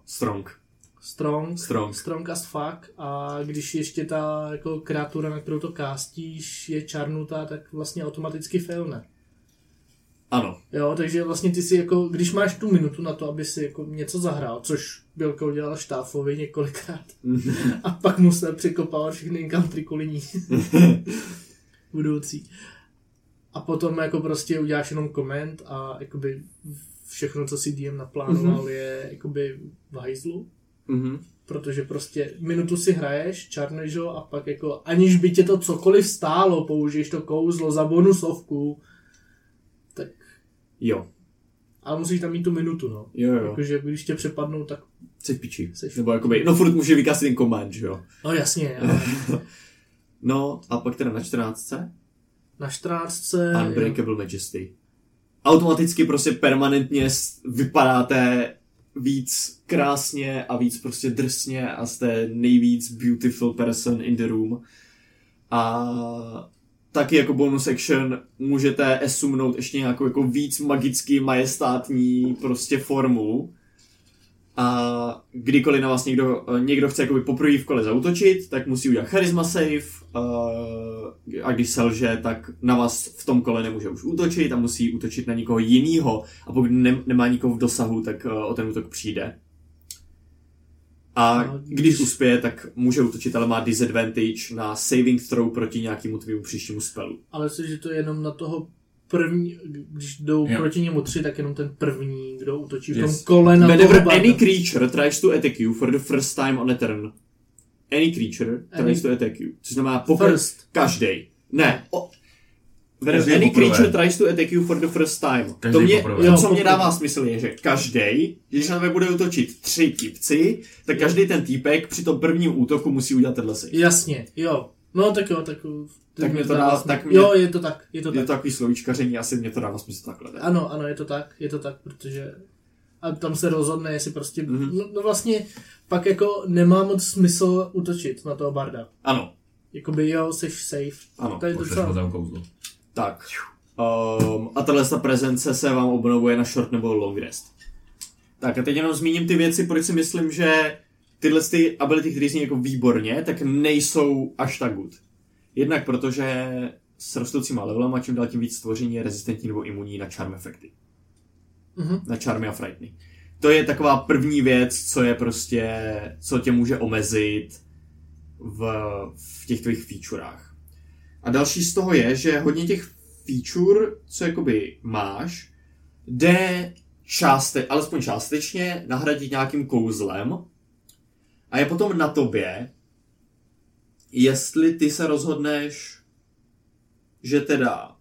Strong as fuck a když ještě ta jako kreatura, na kterou to castíš, je čarnutá, tak vlastně automaticky failne. Ano. Jo, takže vlastně ty si jako, když máš tu minutu na to, aby si jako něco zahrál, což Bělka udělala Štáfovi několikrát a pak musel překopávat všechny inkantry kvůli ní budoucí. A potom jako prostě uděláš jenom koment a jakoby všechno, co si DM naplánoval, je jakoby v hajzlu. Protože prostě minutu si hraješ, čarneš ho a pak jako aniž by tě to cokoliv stálo, použiješ to kouzlo za bonusovku, tak... Jo. Ale musíš tam mít tu minutu, no. Jo. Jakože když tě přepadnou, tak... Jsi v piči. Nebo jakoby, no furt může vykázat ten command, že jo? No jasně, ale... No a pak teda na 14. Na 14. Unbreakable Majesty. Automaticky prostě permanentně vypadáte víc krásně a víc prostě drsně a jste nejvíc beautiful person in the room. A taky jako bonus action můžete assumnout ještě nějakou jako víc magicky majestátní prostě formu. A kdykoliv na vás někdo chce jakoby poprvé v kole zaútočit, tak musí udělat charisma save a když selže, tak na vás v tom kole nemůže už útočit a musí útočit na někoho jinýho a pokud nemá nikoho v dosahu, tak o ten útok přijde. A když uspěje, tak může útočit, ale má disadvantage na saving throw proti nějakému tvému příštímu spelu. Ale že to je jenom na toho první, když jdou proti němu 3, tak jenom ten první, kdo útočí v tom kole na Whenever any creature tries to attack you for the first time on a turn. Any creature tries to attack you. Což znamená každej. Ne. Whenever any creature tries to attack you for the first time. Co mě dává smysl je, že každej, když na tebe bude útočit 3 tipci, tak každý ten týpek při tom prvním útoku musí udělat tenhle save. Jasně, jo. No tak jo, tak mě to dá, jo, je to tak. Je to takový slovíčkaření, asi mě to dává smysl takhle. Ne? Ano, je to tak, protože a tam se rozhodne, jestli prostě, no vlastně pak jako nemá moc smysl útočit na toho barda. Ano. Jakoby jo, seš safe. Ano. To je docela kouzlo. Tak. A tato prezence se vám obnovuje na short nebo long rest. Tak a teď jenom zmíním ty věci, proč si myslím, že tyhle ty ability, které zní jako výborně, tak nejsou až tak good. Jednak protože s rostoucíma levelama čím dál tím víc stvoření je rezistentní nebo imunní na charm efekty. Na charmy a frightny. To je taková první věc, co je prostě, co tě může omezit v těch tvých featurách. A další z toho je, že hodně těch feature, co jakoby máš, jde alespoň částečně nahradit nějakým kouzlem a je potom na tobě, jestli ty se rozhodneš, že teda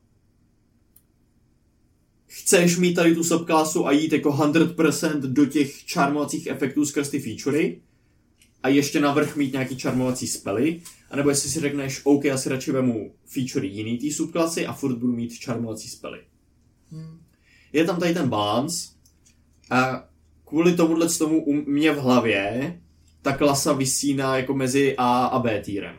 chceš mít tady tu subklasu a jít jako 100% do těch charmovacích efektů skrz ty featurey a ještě navrch mít nějaký charmovací spely, anebo jestli si řekneš, OK, já si radši vemu featurey jiný té subklasy a furt budu mít charmovací spely. Je tam tady ten balance a kvůli tomuhle tomu u mě v hlavě ta klasa visí na jako mezi A a B tírem.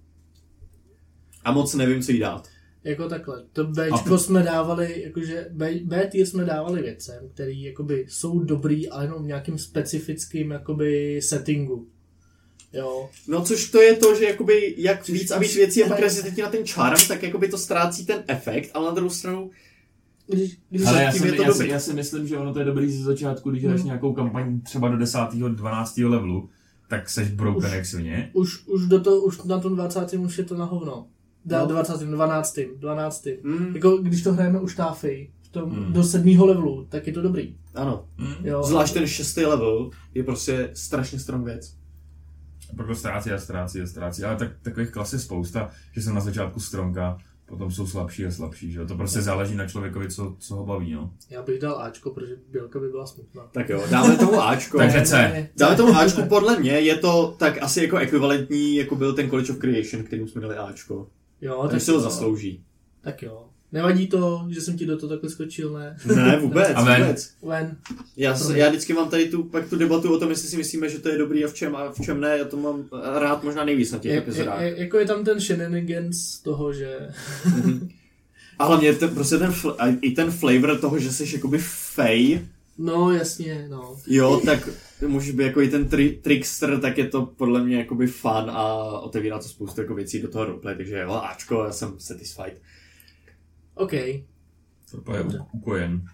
A moc nevím, co jí dát. Jako takhle. To Bčko jsme dávali, jakože B tier jsme dávali věcem, které jakoby jsou dobrý, ale jenom v nějakým specifickým jakoby settingu. Jo. No což to je to, že jakoby jak víc a víc věcí je pak rezistentní na ten charm, tak jakoby to ztrácí ten efekt, ale na druhou stranu ale já si myslím, že ono to je dobrý ze začátku, když jdeš nějakou kampaň třeba do 10. 12. levelu, tak seš broken jak svině. Už na tom 20. už je to na hovno. 12. Jako když to hrajeme u štáfy do 7. levelu, tak je to dobrý. Ano. Jo. Zvlášť ten 6. level je prostě strašně strong věc. Proto ztrácí. Ale takových klas je spousta, že jsem na začátku stronka, potom jsou slabší a slabší, že? To prostě záleží na člověkovi, co ho baví, no. Já bych dal Ačko, protože Bělka by byla smutná. Tak jo, dáme tomu Ačko. Takže C. Dáme tomu Ačku, podle mě je to tak asi jako ekvivalentní, jako byl ten College of Creation, kterým jsme dali Ačko. Jo, tak si ho zaslouží. Tak jo. Nevadí to, že jsem ti do toho takhle skočil, ne? Ne, vůbec. Ven. Já vždycky mám tady tu debatu o tom, jestli si myslíme, že to je dobrý a v čem ne. Já to mám rád možná nejvíc na těch epizodách. Jako je tam ten shenanigans toho, že... A hlavně ten flavor toho, že jsi jakoby fej. No, jasně, no. Jo, tak může být jako i ten trickster, tak je to podle mě jakoby fun a otevírá to spoustu jako věcí do toho roleplay, takže jo, Ačko, já jsem satisfied. OK. To je ukojen.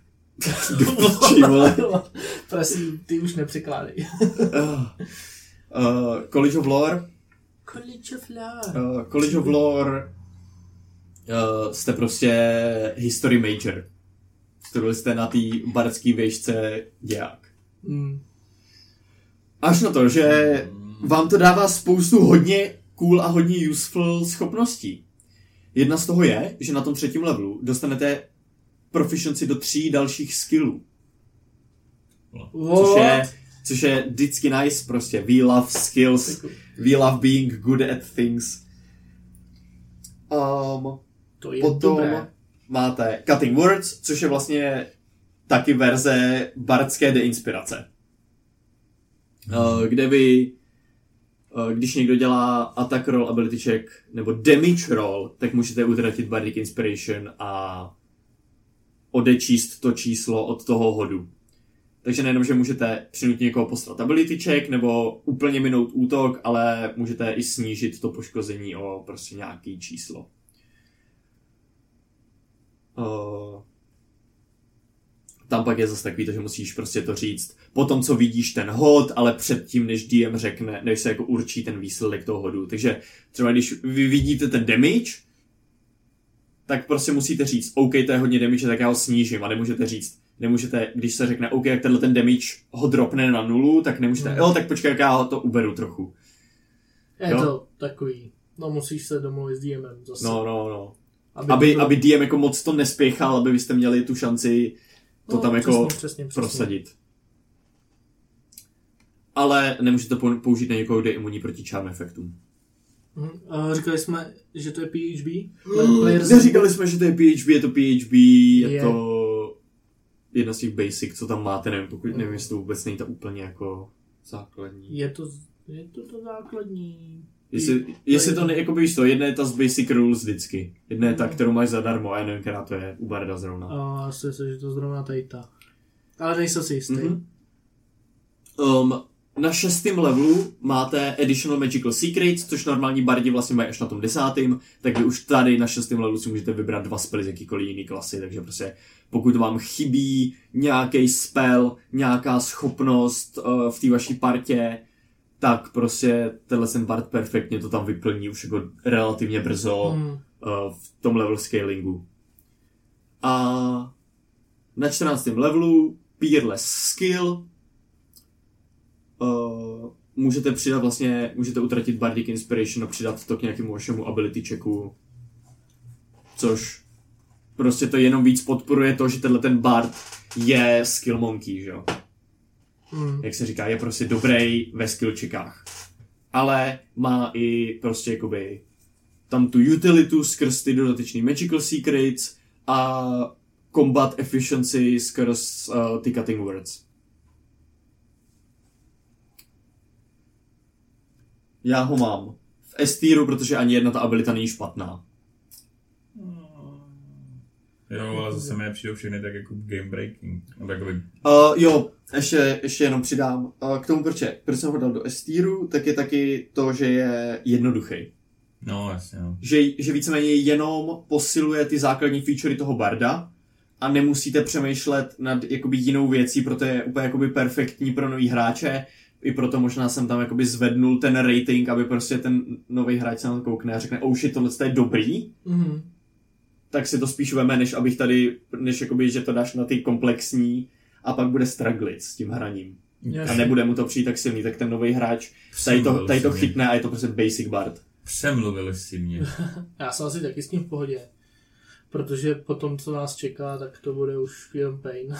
Prosím, ty už nepřekládej. College of Lore. College of Lore. Jste prostě history major. Studovali jste na té bardské výšce děják. Až na to, že vám to dává spoustu hodně cool a hodně useful schopností. Jedna z toho je, že na tom 3. levelu dostanete proficiency do 3 dalších skillů. Což je vždycky nice, prostě. We love skills, we love being good at things. To je potom dobré. máte Cutting Words, což je vlastně taky verze bardské deinspirace. kde vy, když někdo dělá attack roll, ability check nebo damage roll, tak můžete utratit Bardic Inspiration a odečíst to číslo od toho hodu. Takže nejenom, že můžete přinutit někoho poslat ability check nebo úplně minout útok, ale můžete i snížit to poškození o prostě nějaký číslo. Tam pak je zase takový to, že musíš prostě to říct po tom, co vidíš ten hod, ale předtím, než DM řekne, než se jako určí ten výsledek toho hodu. Takže třeba když vy vidíte ten damage, tak prostě musíte říct, OK, to je hodně damage, tak já ho snížím a nemůžete, když se řekne, OK, jak tenhle ten damage ho dropne na 0, tak nemůžete, jo, tak počkej, jak já to uberu trochu. Je to takový, no musíš se domluvit s DMem zase. No. Aby DM jako moc to nespěchal, aby byste měli tu šanci to tam jako přesně. Prosadit. Ale nemůžete použít na někoho, kdo je imunní proti charm efektům. Říkali jsme, že to je PHB? Neříkali jsme, že to je PHB, je to PHB, je to jedna z těch basic, co tam máte, nevím, jestli to vůbec není to úplně jako základní. Je to základní. Jestli to jako víš to, jedna je ta z basic rules vždycky. Jedna je ta, kterou máš zadarmo a já nevím, která to je u Barda zrovna. Asi se, že to zrovna tady ta. Ale nejsem si jistý. Na 6. levelu máte Additional Magical Secrets, což normální bardi vlastně mají až na tom 10. Tak vy už tady na 6. levelu si můžete vybrat 2 spely z jakýkoliv jiný klasy, takže prostě pokud vám chybí nějaký spell, nějaká schopnost v té vaší partě, tak prostě tenhle ten bard perfektně to tam vyplní už jako relativně brzo v tom level scalingu. A na 14. levelu Peerless Skill můžete přidat vlastně, můžete utratit Bardic Inspiration a přidat to k nějakému vašemu ability checku, což prostě to jenom víc podporuje to, že tenhle ten bard je skill monkey, že jo. Jak se říká, je prostě dobrý ve skill checkách. Ale má i prostě jakoby tam tu utilitu skrz ty dodatečný magical secrets a combat efficiency skrz ty cutting words. Já ho mám v S-tieru, protože ani jedna ta abilita není špatná. Jo, ale zase mi přijdou všechny tak jako game breaking. Jo, ještě jenom přidám. K tomu proč jsem ho dal do S-tieru, tak je taky to, že je jednoduchý. No, jasně. No. Že víceméně jenom posiluje ty základní featurey toho barda a nemusíte přemýšlet nad jakoby jinou věcí, proto je úplně jakoby perfektní pro nový hráče. I proto možná jsem tam jakoby zvednul ten rating, aby prostě ten nový hráč se na to koukne a řekne, oh shit, tohle je dobrý. Tak si to spíš veme, než jakoby, že to dáš na ty komplexní a pak bude strugglit s tím hraním. Jasně. A nebude mu to přijít tak silný, tak ten nový hráč tady to chytne a je to prostě basic bard. Přemluvili si mě. Já jsem asi taky s tím v pohodě. Protože po tom, co nás čeká, tak to bude už jenom pain.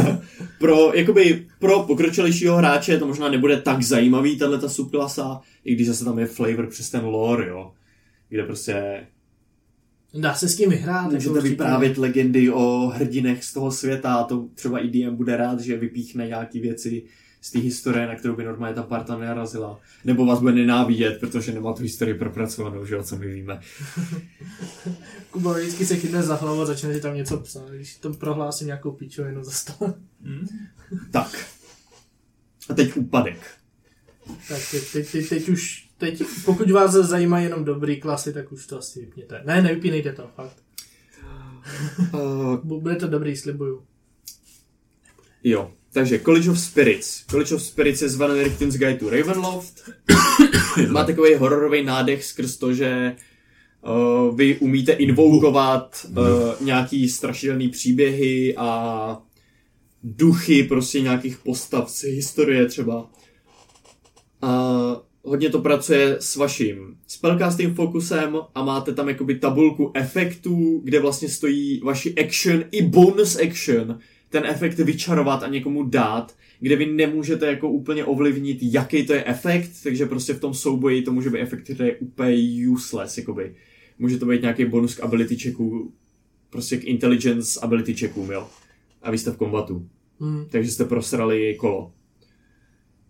pro pokročilejšího hráče to možná nebude tak zajímavý, tato subklasa, i když zase tam je flavor přes ten lore, jo. Kde prostě dá se s tím vyhrát. Můžete vyprávět legendy o hrdinech z toho světa a to třeba IDM bude rád, že vypíchne nějaký věci z té historie, na kterou by normálně ta parta nenarazila. Nebo vás bude nenávidět, protože nemá tu historii propracovanou, že o co my víme. Kuba vždycky se chytne za hlavu a začne si tam něco psát, když tam prohlásím nějakou píčovinu za stole. Tak. A teď úpadek. Tak teď, pokud vás zajímají jenom dobrý klasy, tak už to asi vypněte. Ne, nevypínejte to, fakt. Bude to dobrý, slibuju. Jo, takže College of Spirits. College of Spirits je z Van Richten's Guide to Ravenloft. Má takový hororový nádech skrz to, že vy umíte invokovat nějaký strašidelný příběhy a duchy prostě nějakých postav z historie třeba. A hodně to pracuje s vaším spellcasting fokusem a máte tam jakoby tabulku efektů, kde vlastně stojí vaši action i bonus action, ten efekt vyčarovat a někomu dát, kde vy nemůžete jako úplně ovlivnit, jaký to je efekt, takže prostě v tom souboji to může být efekt, který je úplně useless, jakoby. Může to být nějaký bonus k ability checku, prostě k intelligence ability checkům, jo. A vy jste v kombatu. Takže jste prosrali kolo.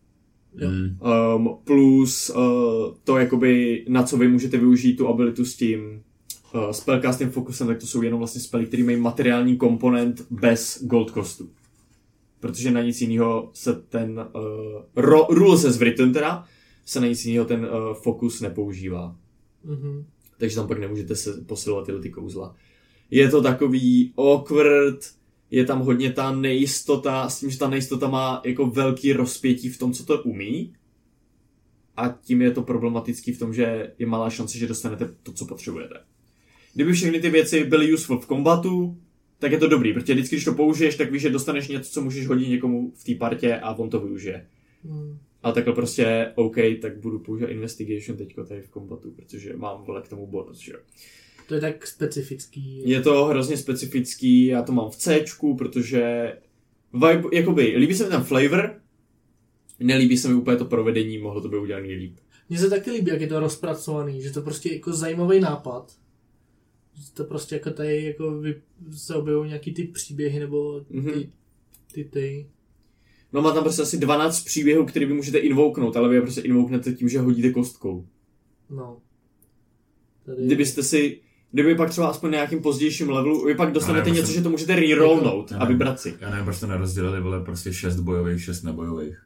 Plus to jakoby, na co vy můžete využít tu abilitu s tím spellcasting fokusem, tak to jsou jenom vlastně spely, který mají materiální komponent bez gold costu. Protože na nic jiného se ten rules as written teda, se na nic jiného ten fokus nepoužívá. Mm-hmm. Takže tam pak nemůžete se posilovat tyhle ty kouzla. Je to takový awkward, je tam hodně ta nejistota, s tím, že ta nejistota má jako velký rozpětí v tom, co to umí. A tím je to problematický v tom, že je malá šance, že dostanete to, co potřebujete. Kdyby všechny ty věci byly useful v kombatu, tak je to dobrý, protože vždycky, když to použiješ, tak víš, že dostaneš něco, co můžeš hodit někomu v té partě a on to využije. Ale takhle prostě, OK, tak budu používat investigation teďko tady v kombatu, protože mám vole k tomu bonus, že jo. To je tak specifický. Je to hrozně specifický, já to mám v Cčku, protože vibe, jakoby, líbí se mi ten flavor, nelíbí se mi úplně to provedení, mohlo to být udělaný líp. Mně se taky líbí, jak je to rozpracovaný, že to prostě jako zajímavý nápad. Že to prostě jako tady jako se objevují nějaký ty příběhy nebo ty. No má tam prostě asi 12 příběhů, které vy můžete invoknout, ale vy je prostě invoknete tím, že hodíte kostkou. No. Tady... Kdyby pak třeba aspoň na nějakým pozdějším levelu, vy pak dostanete něco, že to můžete rerollnout a vybrat si. Já nevím, proč to nerozdělili, vole, prostě 6 bojových, 6 nebojových.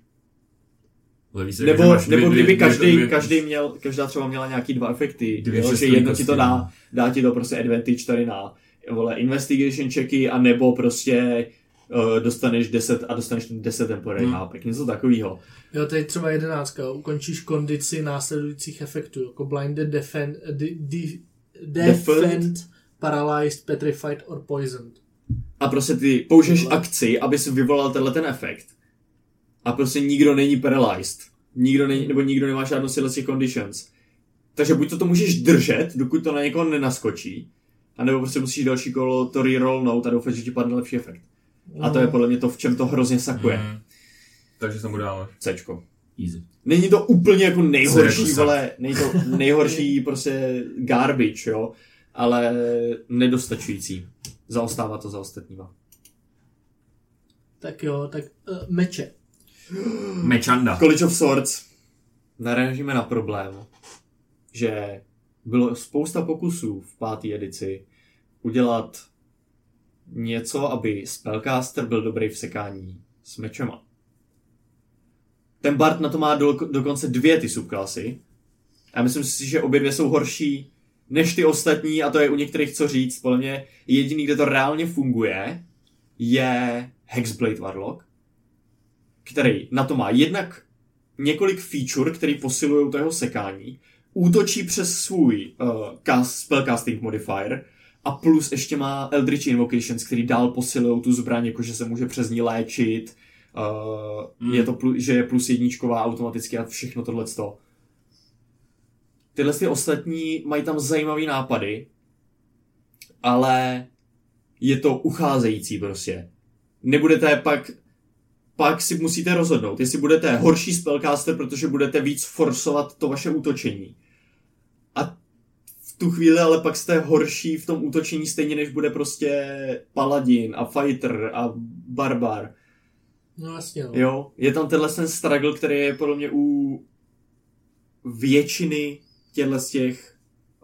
Nebo kdyby každá třeba měla nějaký 2 efekty, že jedno ti to dá ti to prostě advantage tady na investigation checky, a nebo prostě dostaneš 10 a dostaneš 10 temporary nápek, něco takového. Jo, tady třeba 11. Ukončíš kondici následujících efektů, jako blinded, defend, paralyzed, petrified or poisoned. A prostě ty použiješ akci, abys vyvolal ten efekt. A prostě nikdo není paralyzed. Nikdo nemá žádnou z conditions. Takže buď to můžeš držet, dokud to na někoho nenaskočí, anebo prostě musíš další kolo to rerollnout a doufat, že ti padne lepší efekt. A to je podle mě to, v čem to hrozně sakuje. Takže tomu dáme Cčko. Easy. Není to úplně jako nejhorší, vole, není to nejhorší prostě garbage, jo, ale nedostačující. Zaostává to za ostatníma. Tak jo, tak meče. Mečanda. College of Swords. Narážíme na problém, že bylo spousta pokusů v 5. edici udělat něco, aby spellcaster byl dobrý v sekání s mečema. Ten Bard na to má dokonce 2 ty subklasy. A myslím si, že obě 2 jsou horší než ty ostatní, a to je u některých co říct. Podle mě jediný, kde to reálně funguje, je Hexblade Warlock, který na to má jednak několik feature, který posilují to jeho sekání, útočí přes svůj spellcasting modifier a plus ještě má Eldritch Invocations, který dál posilují tu zbraň, jakože se může přes ní léčit, je to že je plus 1 automaticky a všechno tohleto. Tyhle ty ostatní mají tam zajímavý nápady, ale je to ucházející prostě. Nebudete pak si musíte rozhodnout, jestli budete horší spellcaster, protože budete víc forsovat to vaše útočení. A v tu chvíli ale pak jste horší v tom útočení stejně, než bude prostě paladin a fighter a barbar. No jasně, no. Jo, je tam tenhle ten struggle, který je podle mě u většiny těch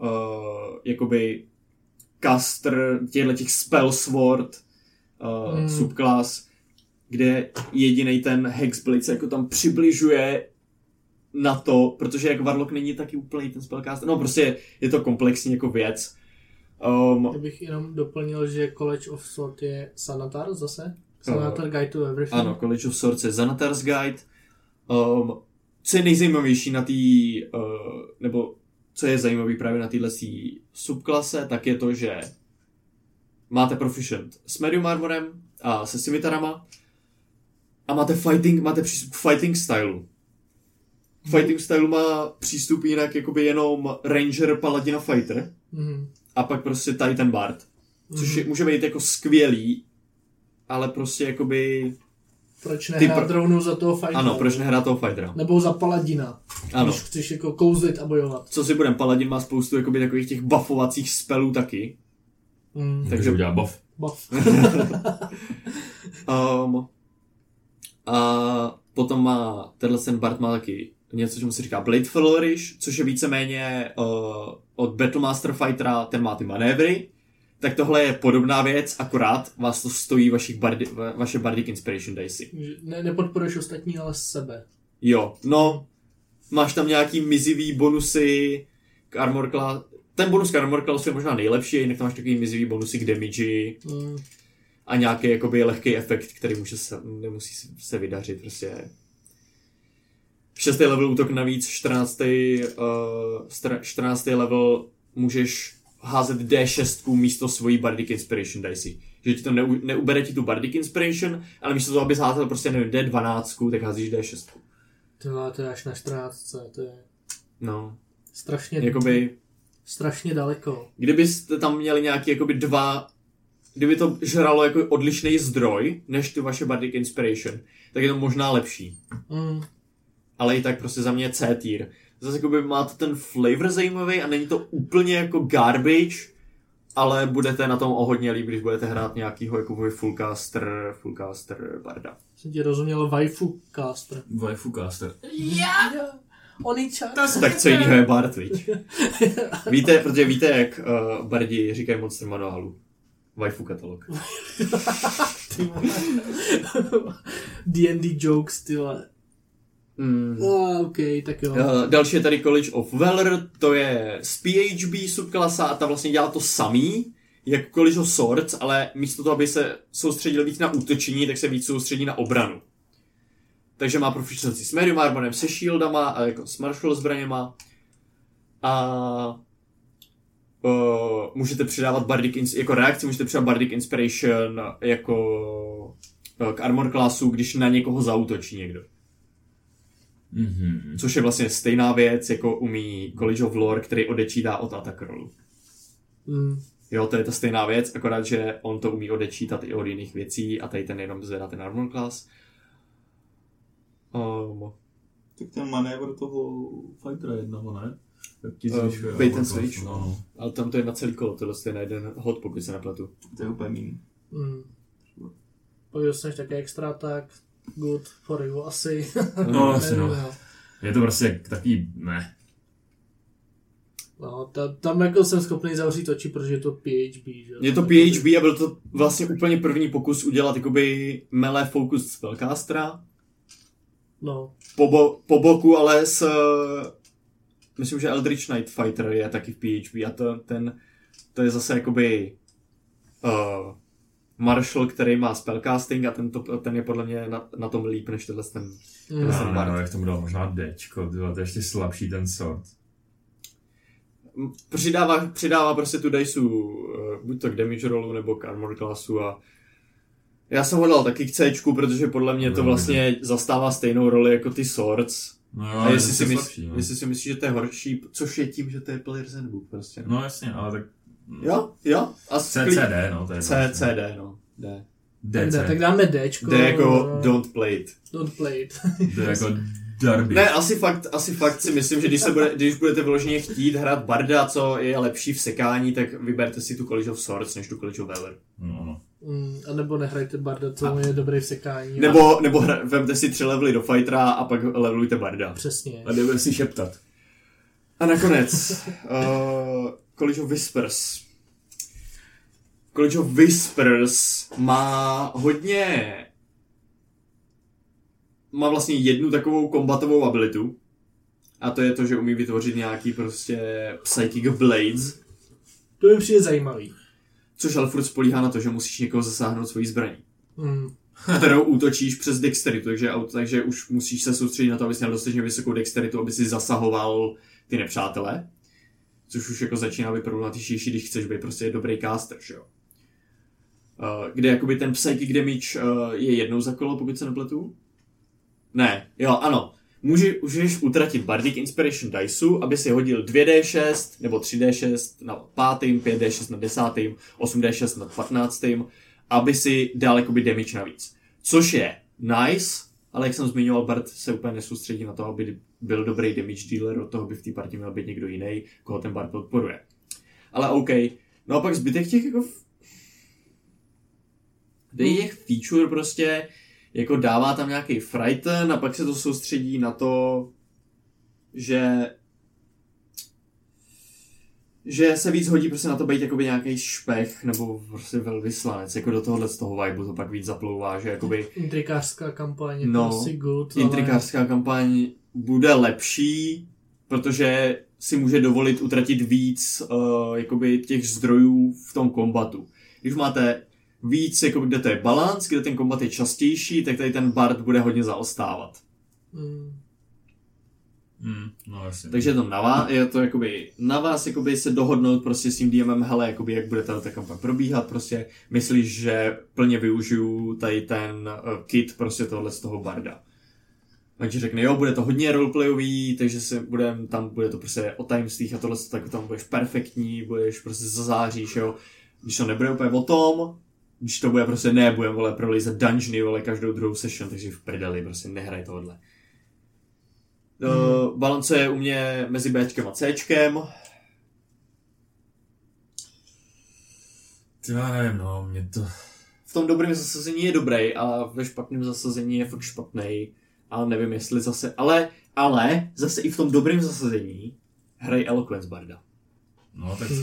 jakoby caster, těch spell sword subclass, kde jedinej ten Hexblade se jako tam přibližuje na to, protože jak Warlock není taky úplný ten spellcaster. No prostě je to komplexní jako věc. Já bych jenom doplnil, že College of Swords je Sanatar zase. Sanatar Guide to Everything. Ano, College of Swords je Sanatar's Guide. Co je nejzajímavější na nebo co je zajímavý právě na téhle subklase, tak je to, že máte proficient s medium armorem a se scimitarama a máte přístup k fighting stylu. Fighting stylu má přístup jinak jakoby jenom ranger, paladin a fighter. A pak prostě Titan Bard. Což může být jako skvělý, ale prostě jakoby... Proč nehrát rovnou za toho fightera? Ano, proč nehrát toho fightera? Nebo za paladina, ano. Když chceš jako kouzlit a bojovat. Co si budem, paladin má spoustu jakoby takových těch buffovacích spellů taky. Takže udělá buff. Buff. A Potom ten Bard má taky něco, čemu se říká Blade Flourish, což je víceméně od Battlemaster Fightera, ten má ty manévry. Tak tohle je podobná věc, akorát vás to stojí vaše Bardic Inspiration Dice. Nepodporuješ ostatní, ale sebe. Jo, no, máš tam nějaký mizivý bonusy k Armor Class. Ten bonus k Armor Class je možná nejlepší, jinak tam máš takový mizivý bonusy k damage a nějaký jakoby lehký efekt, který nemusí se vydařit, prostě. 6. level útok navíc, 14. level můžeš házet D6 místo svojí Bardic Inspiration Dice. Že ti to neubere ti tu Bardic Inspiration, ale místo toho, abys házel prostě, nevím, D12, tak házíš D6. To je až na 14, to je... No. Strašně daleko. Kdybyste tam měli nějaký jakoby kdyby to žralo jako odlišný zdroj, než tu vaše Bardic Inspiration, tak je to možná lepší. Ale i tak prostě za mě C tier. Zase jakoby má to ten flavor zajímavý a není to úplně jako garbage, ale budete na tom o hodně líp, když budete hrát nějakýho jako fullcaster barda. Jsem ti rozuměl waifu caster. Tak co jiného je bard, viď? Protože víte, jak bardi říkají monster manuálu. Waifu katalog. D&D jokes, tyhle. OK, tak jo. Další je tady College of Valor, to je z PHB subklasa a ta vlastně dělá to samý, jako College of Swords, ale místo toho, aby se soustředil víc na útočení, tak se víc soustředí na obranu. Takže má proficiency s Medium Armorem, se shieldama a jako s martial zbraněma. A můžete přidávat jako reakci můžete přidávat Bardic Inspiration jako k Armor classu, když na někoho zaútočí někdo. Mm-hmm. Což je vlastně stejná věc, jako umí College of Lore, který odečítá od attack rollu. Jo, to je ta stejná věc, akorát, že on to umí odečítat i od jiných věcí a tady ten jenom zvedá ten Armor class. Tak ten manévr toho fightera jednoho, ne? Bait and switch. No. Ale tam to je na celý kolo, tohle je na jeden hod, pokud se nepletu. To je úplně míň. Pokud dostaneš také extra, tak good for you asi. No, asi no. Je to prostě takový, ne. No, tam jako jsem schopný zavřít oči, protože je to PHB, že? Je to PHB a byl to vlastně úplně první pokus udělat jakoby melee focus spellcastera. No. Po boku, ale myslím, že Eldritch Knight Fighter je taky v PHB a to je zase jakoby Marshall, který má spellcasting a ten je podle mě na tom líp než tenhle ten Bard. No, jak tomu dal možná Dčko, to je ještě slabší ten sword. Přidává prostě tu diceu buď to k damage rollu nebo k armor classu a já jsem ho dal taky k Cčku, protože podle mě to vlastně zastává stejnou roli jako ty swords. No jo, a jestli si myslíš, že to je horší, což je tím, že to je Player's Handbook prostě. No jasně, ale tak... Jo. A CD, no, to je CD, no. D. Tak dáme Dčko. D jako don't play it. Don't play it. D jako Darby. Ne, asi fakt si myslím, že když budete vyloženě chtít hrát barda, co je lepší v sekání, tak vyberte si tu College of Swords než tu College of Valor. No. A nebo nehrajte barda, co je dobrý v sekání. Nebo vemte si 3 levely do fightera a pak levelujte barda. Přesně. A jdeme si šeptat. A nakonec College of Whispers. College of Whispers má vlastně jednu takovou kombatovou abilitu. A to je to, že umí vytvořit nějaký prostě Psychic Blades. To mi přijde zajímavý. Což ale furt spolíhá na to, že musíš někoho zasáhnout svojí zbraní. Kterou útočíš přes dexteritu, takže už musíš se soustředit na to, abys měl dostatečně vysokou dexteritu, aby si zasahoval ty nepřátele. Což už jako začíná být problematičnější, když chceš být prostě dobrý caster, že jo. Kde jakoby ten psychic damage je jednou za kolo, pokud se nepletu. Ne, jo, ano. Můžeš utratit Bardic Inspiration Diceu, aby si hodil 2D6 nebo 3D6 na 5., 5D6 na 10., 8D6 na 15., aby si dal jakoby damage navíc. Což je nice, ale jak jsem zmiňoval, Bard se úplně nesoustředí na to, aby byl dobrý damage dealer, od toho by v té partii měl být někdo jiný, koho ten Bard podporuje. Ale OK. No a pak zbytek těch jako... těch feature prostě jako dává tam nějaký frighten a pak se to soustředí na to, že se víc hodí prostě na to být jakoby nějaký špech nebo prostě velvyslanec, jako do tohohle z toho vibe to pak víc zaplouvá, že jakoby... Intrikářská kampaň je to asi good, intrikářská kampaň bude lepší, protože si může dovolit utratit víc jakoby těch zdrojů v tom kombatu. Když máte víc, jako kde to je balans, kde ten kombat je častější, tak tady ten bard bude hodně zaostávat. No, jasně. Takže je to jakoby na vás jakoby se dohodnout prostě s tím DMem, hele, jakoby jak bude ta kampaň probíhat, prostě myslíš, že plně využiju tady ten kit prostě tohle z toho barda. Takže řekne, jo, bude to hodně roleplayový, takže bude to prostě o tajemstvích a tohle, tak tam budeš perfektní, budeš prostě zazáříš, jo. Když to nebude úplně o tom, když to bude prostě budeme, vole, prolízet dungeony, vole, každou druhou session, takže v prdeli, prostě nehraj tohle. Balance je u mě mezi Bčkem a Cčkem. Já nevím, no, mě to... V tom dobrém zasazení je dobrý, a ve špatném zasazení je fakt špatný. Ale nevím, jestli zase... Ale zase i v tom dobrém zasazení hraj Eloquence barda. No, tak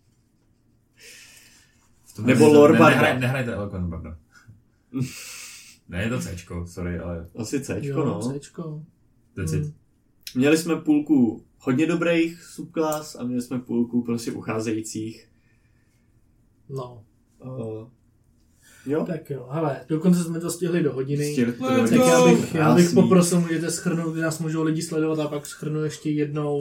Nebo Lore barda. Nehrajte Eloquence barda. Ne, je to Cčko, sorry, ale... Asi Cčko, jo, no. Cčko. Měli jsme půlku hodně dobrých subklas a měli jsme půlku prostě ucházejících. No. Jo? Tak jo, hele, dokonce jsme to stihli do hodiny. Tak já bych poprosil, můžete shrnout, kdy nás můžou lidi sledovat a pak shrnu ještě jednou.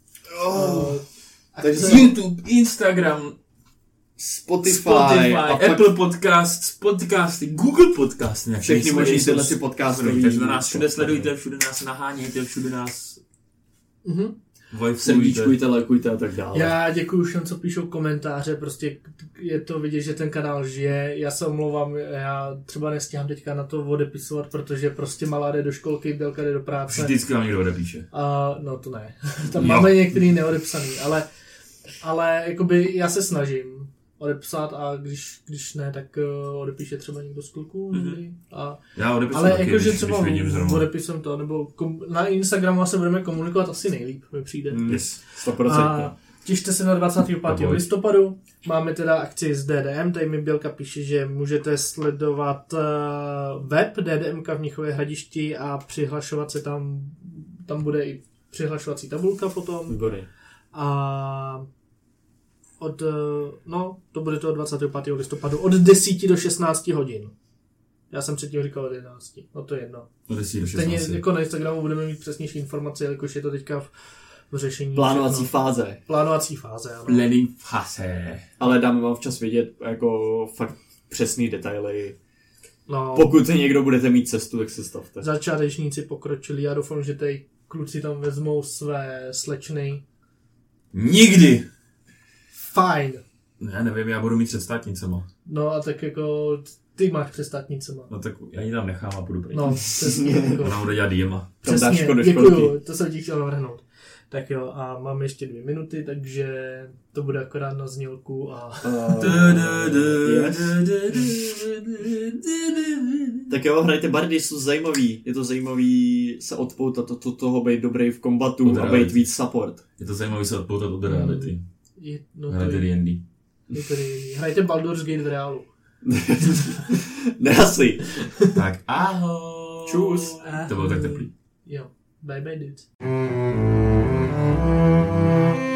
Takže YouTube, Instagram, Spotify Apple Podcasty, Google Podcasty. Všechny možný tyhle si podcastový. Takže nás všude sledujte, všude nás nahánějte, všude nás srdíčkujte, lajkujte a tak dále. Já děkuju všem, co píšou komentáře, prostě je to vidět, že ten kanál žije. Já se omlouvám, já třeba nestíhám teďka na to odepisovat, protože prostě malá jde do školky, Bělka jde do práce. Vždycky vám někdo odepíše. No to ne. Tam máme některý neodepsaný, ale jakoby já se snažím odepsat a když ne, tak odepíše třeba někdo z kluků. Já odepisuju ale taky, jakože třeba odepisem to, nebo na Instagramu se budeme komunikovat asi nejlíp, mi přijde. Yes, 100%. A těšte se na 25. listopadu. Máme teda akci s DDM, tady mi Bělka píše, že můžete sledovat web DDMka v Mnichově Hradišti a přihlašovat se tam bude i přihlašovací tabulka potom. Výborný. A to bude to 25. listopadu od 10 do 16 hodin. Já jsem předtím říkal od 11. No to je jedno. Od 10 do 16. Stejně jako na Instagramu budeme mít přesnější informace, jelikož je to teďka v řešení. Plánovací fáze. Ano. Planning fáze. Ale dáme vám včas vědět jako fakt přesný detaily. No, Pokud někdo budete mít cestu, tak se stavte. Začátečníci pokročili. Já doufám, že tady kluci tam vezmou své slečny. Nikdy! Fajn. Já nevím, já budu mít před státnicema. No a tak jako ty máš před státnicema. No tak já ji tam nechám a půjdu pryč. No, přesně. Jako. Ona bude dělat diema. Přesně, děkuju, to jsem ti chtěl navrhnout. Tak jo, a máme ještě 2 minuty, takže to bude akorát na znělku a... Tak jo, hrajte bardy, jsou zajímavý. Je to zajímavý se odpoutat od toho být dobrý v kombatu a být víc support. Je to zajímavý se odpoutat od reality. Hrajte D&D. Hrajte Baldur's Gate v reálu. Ne asi. Tak ahoj. Čus. To bylo tak teplý. Jo, bye dudes.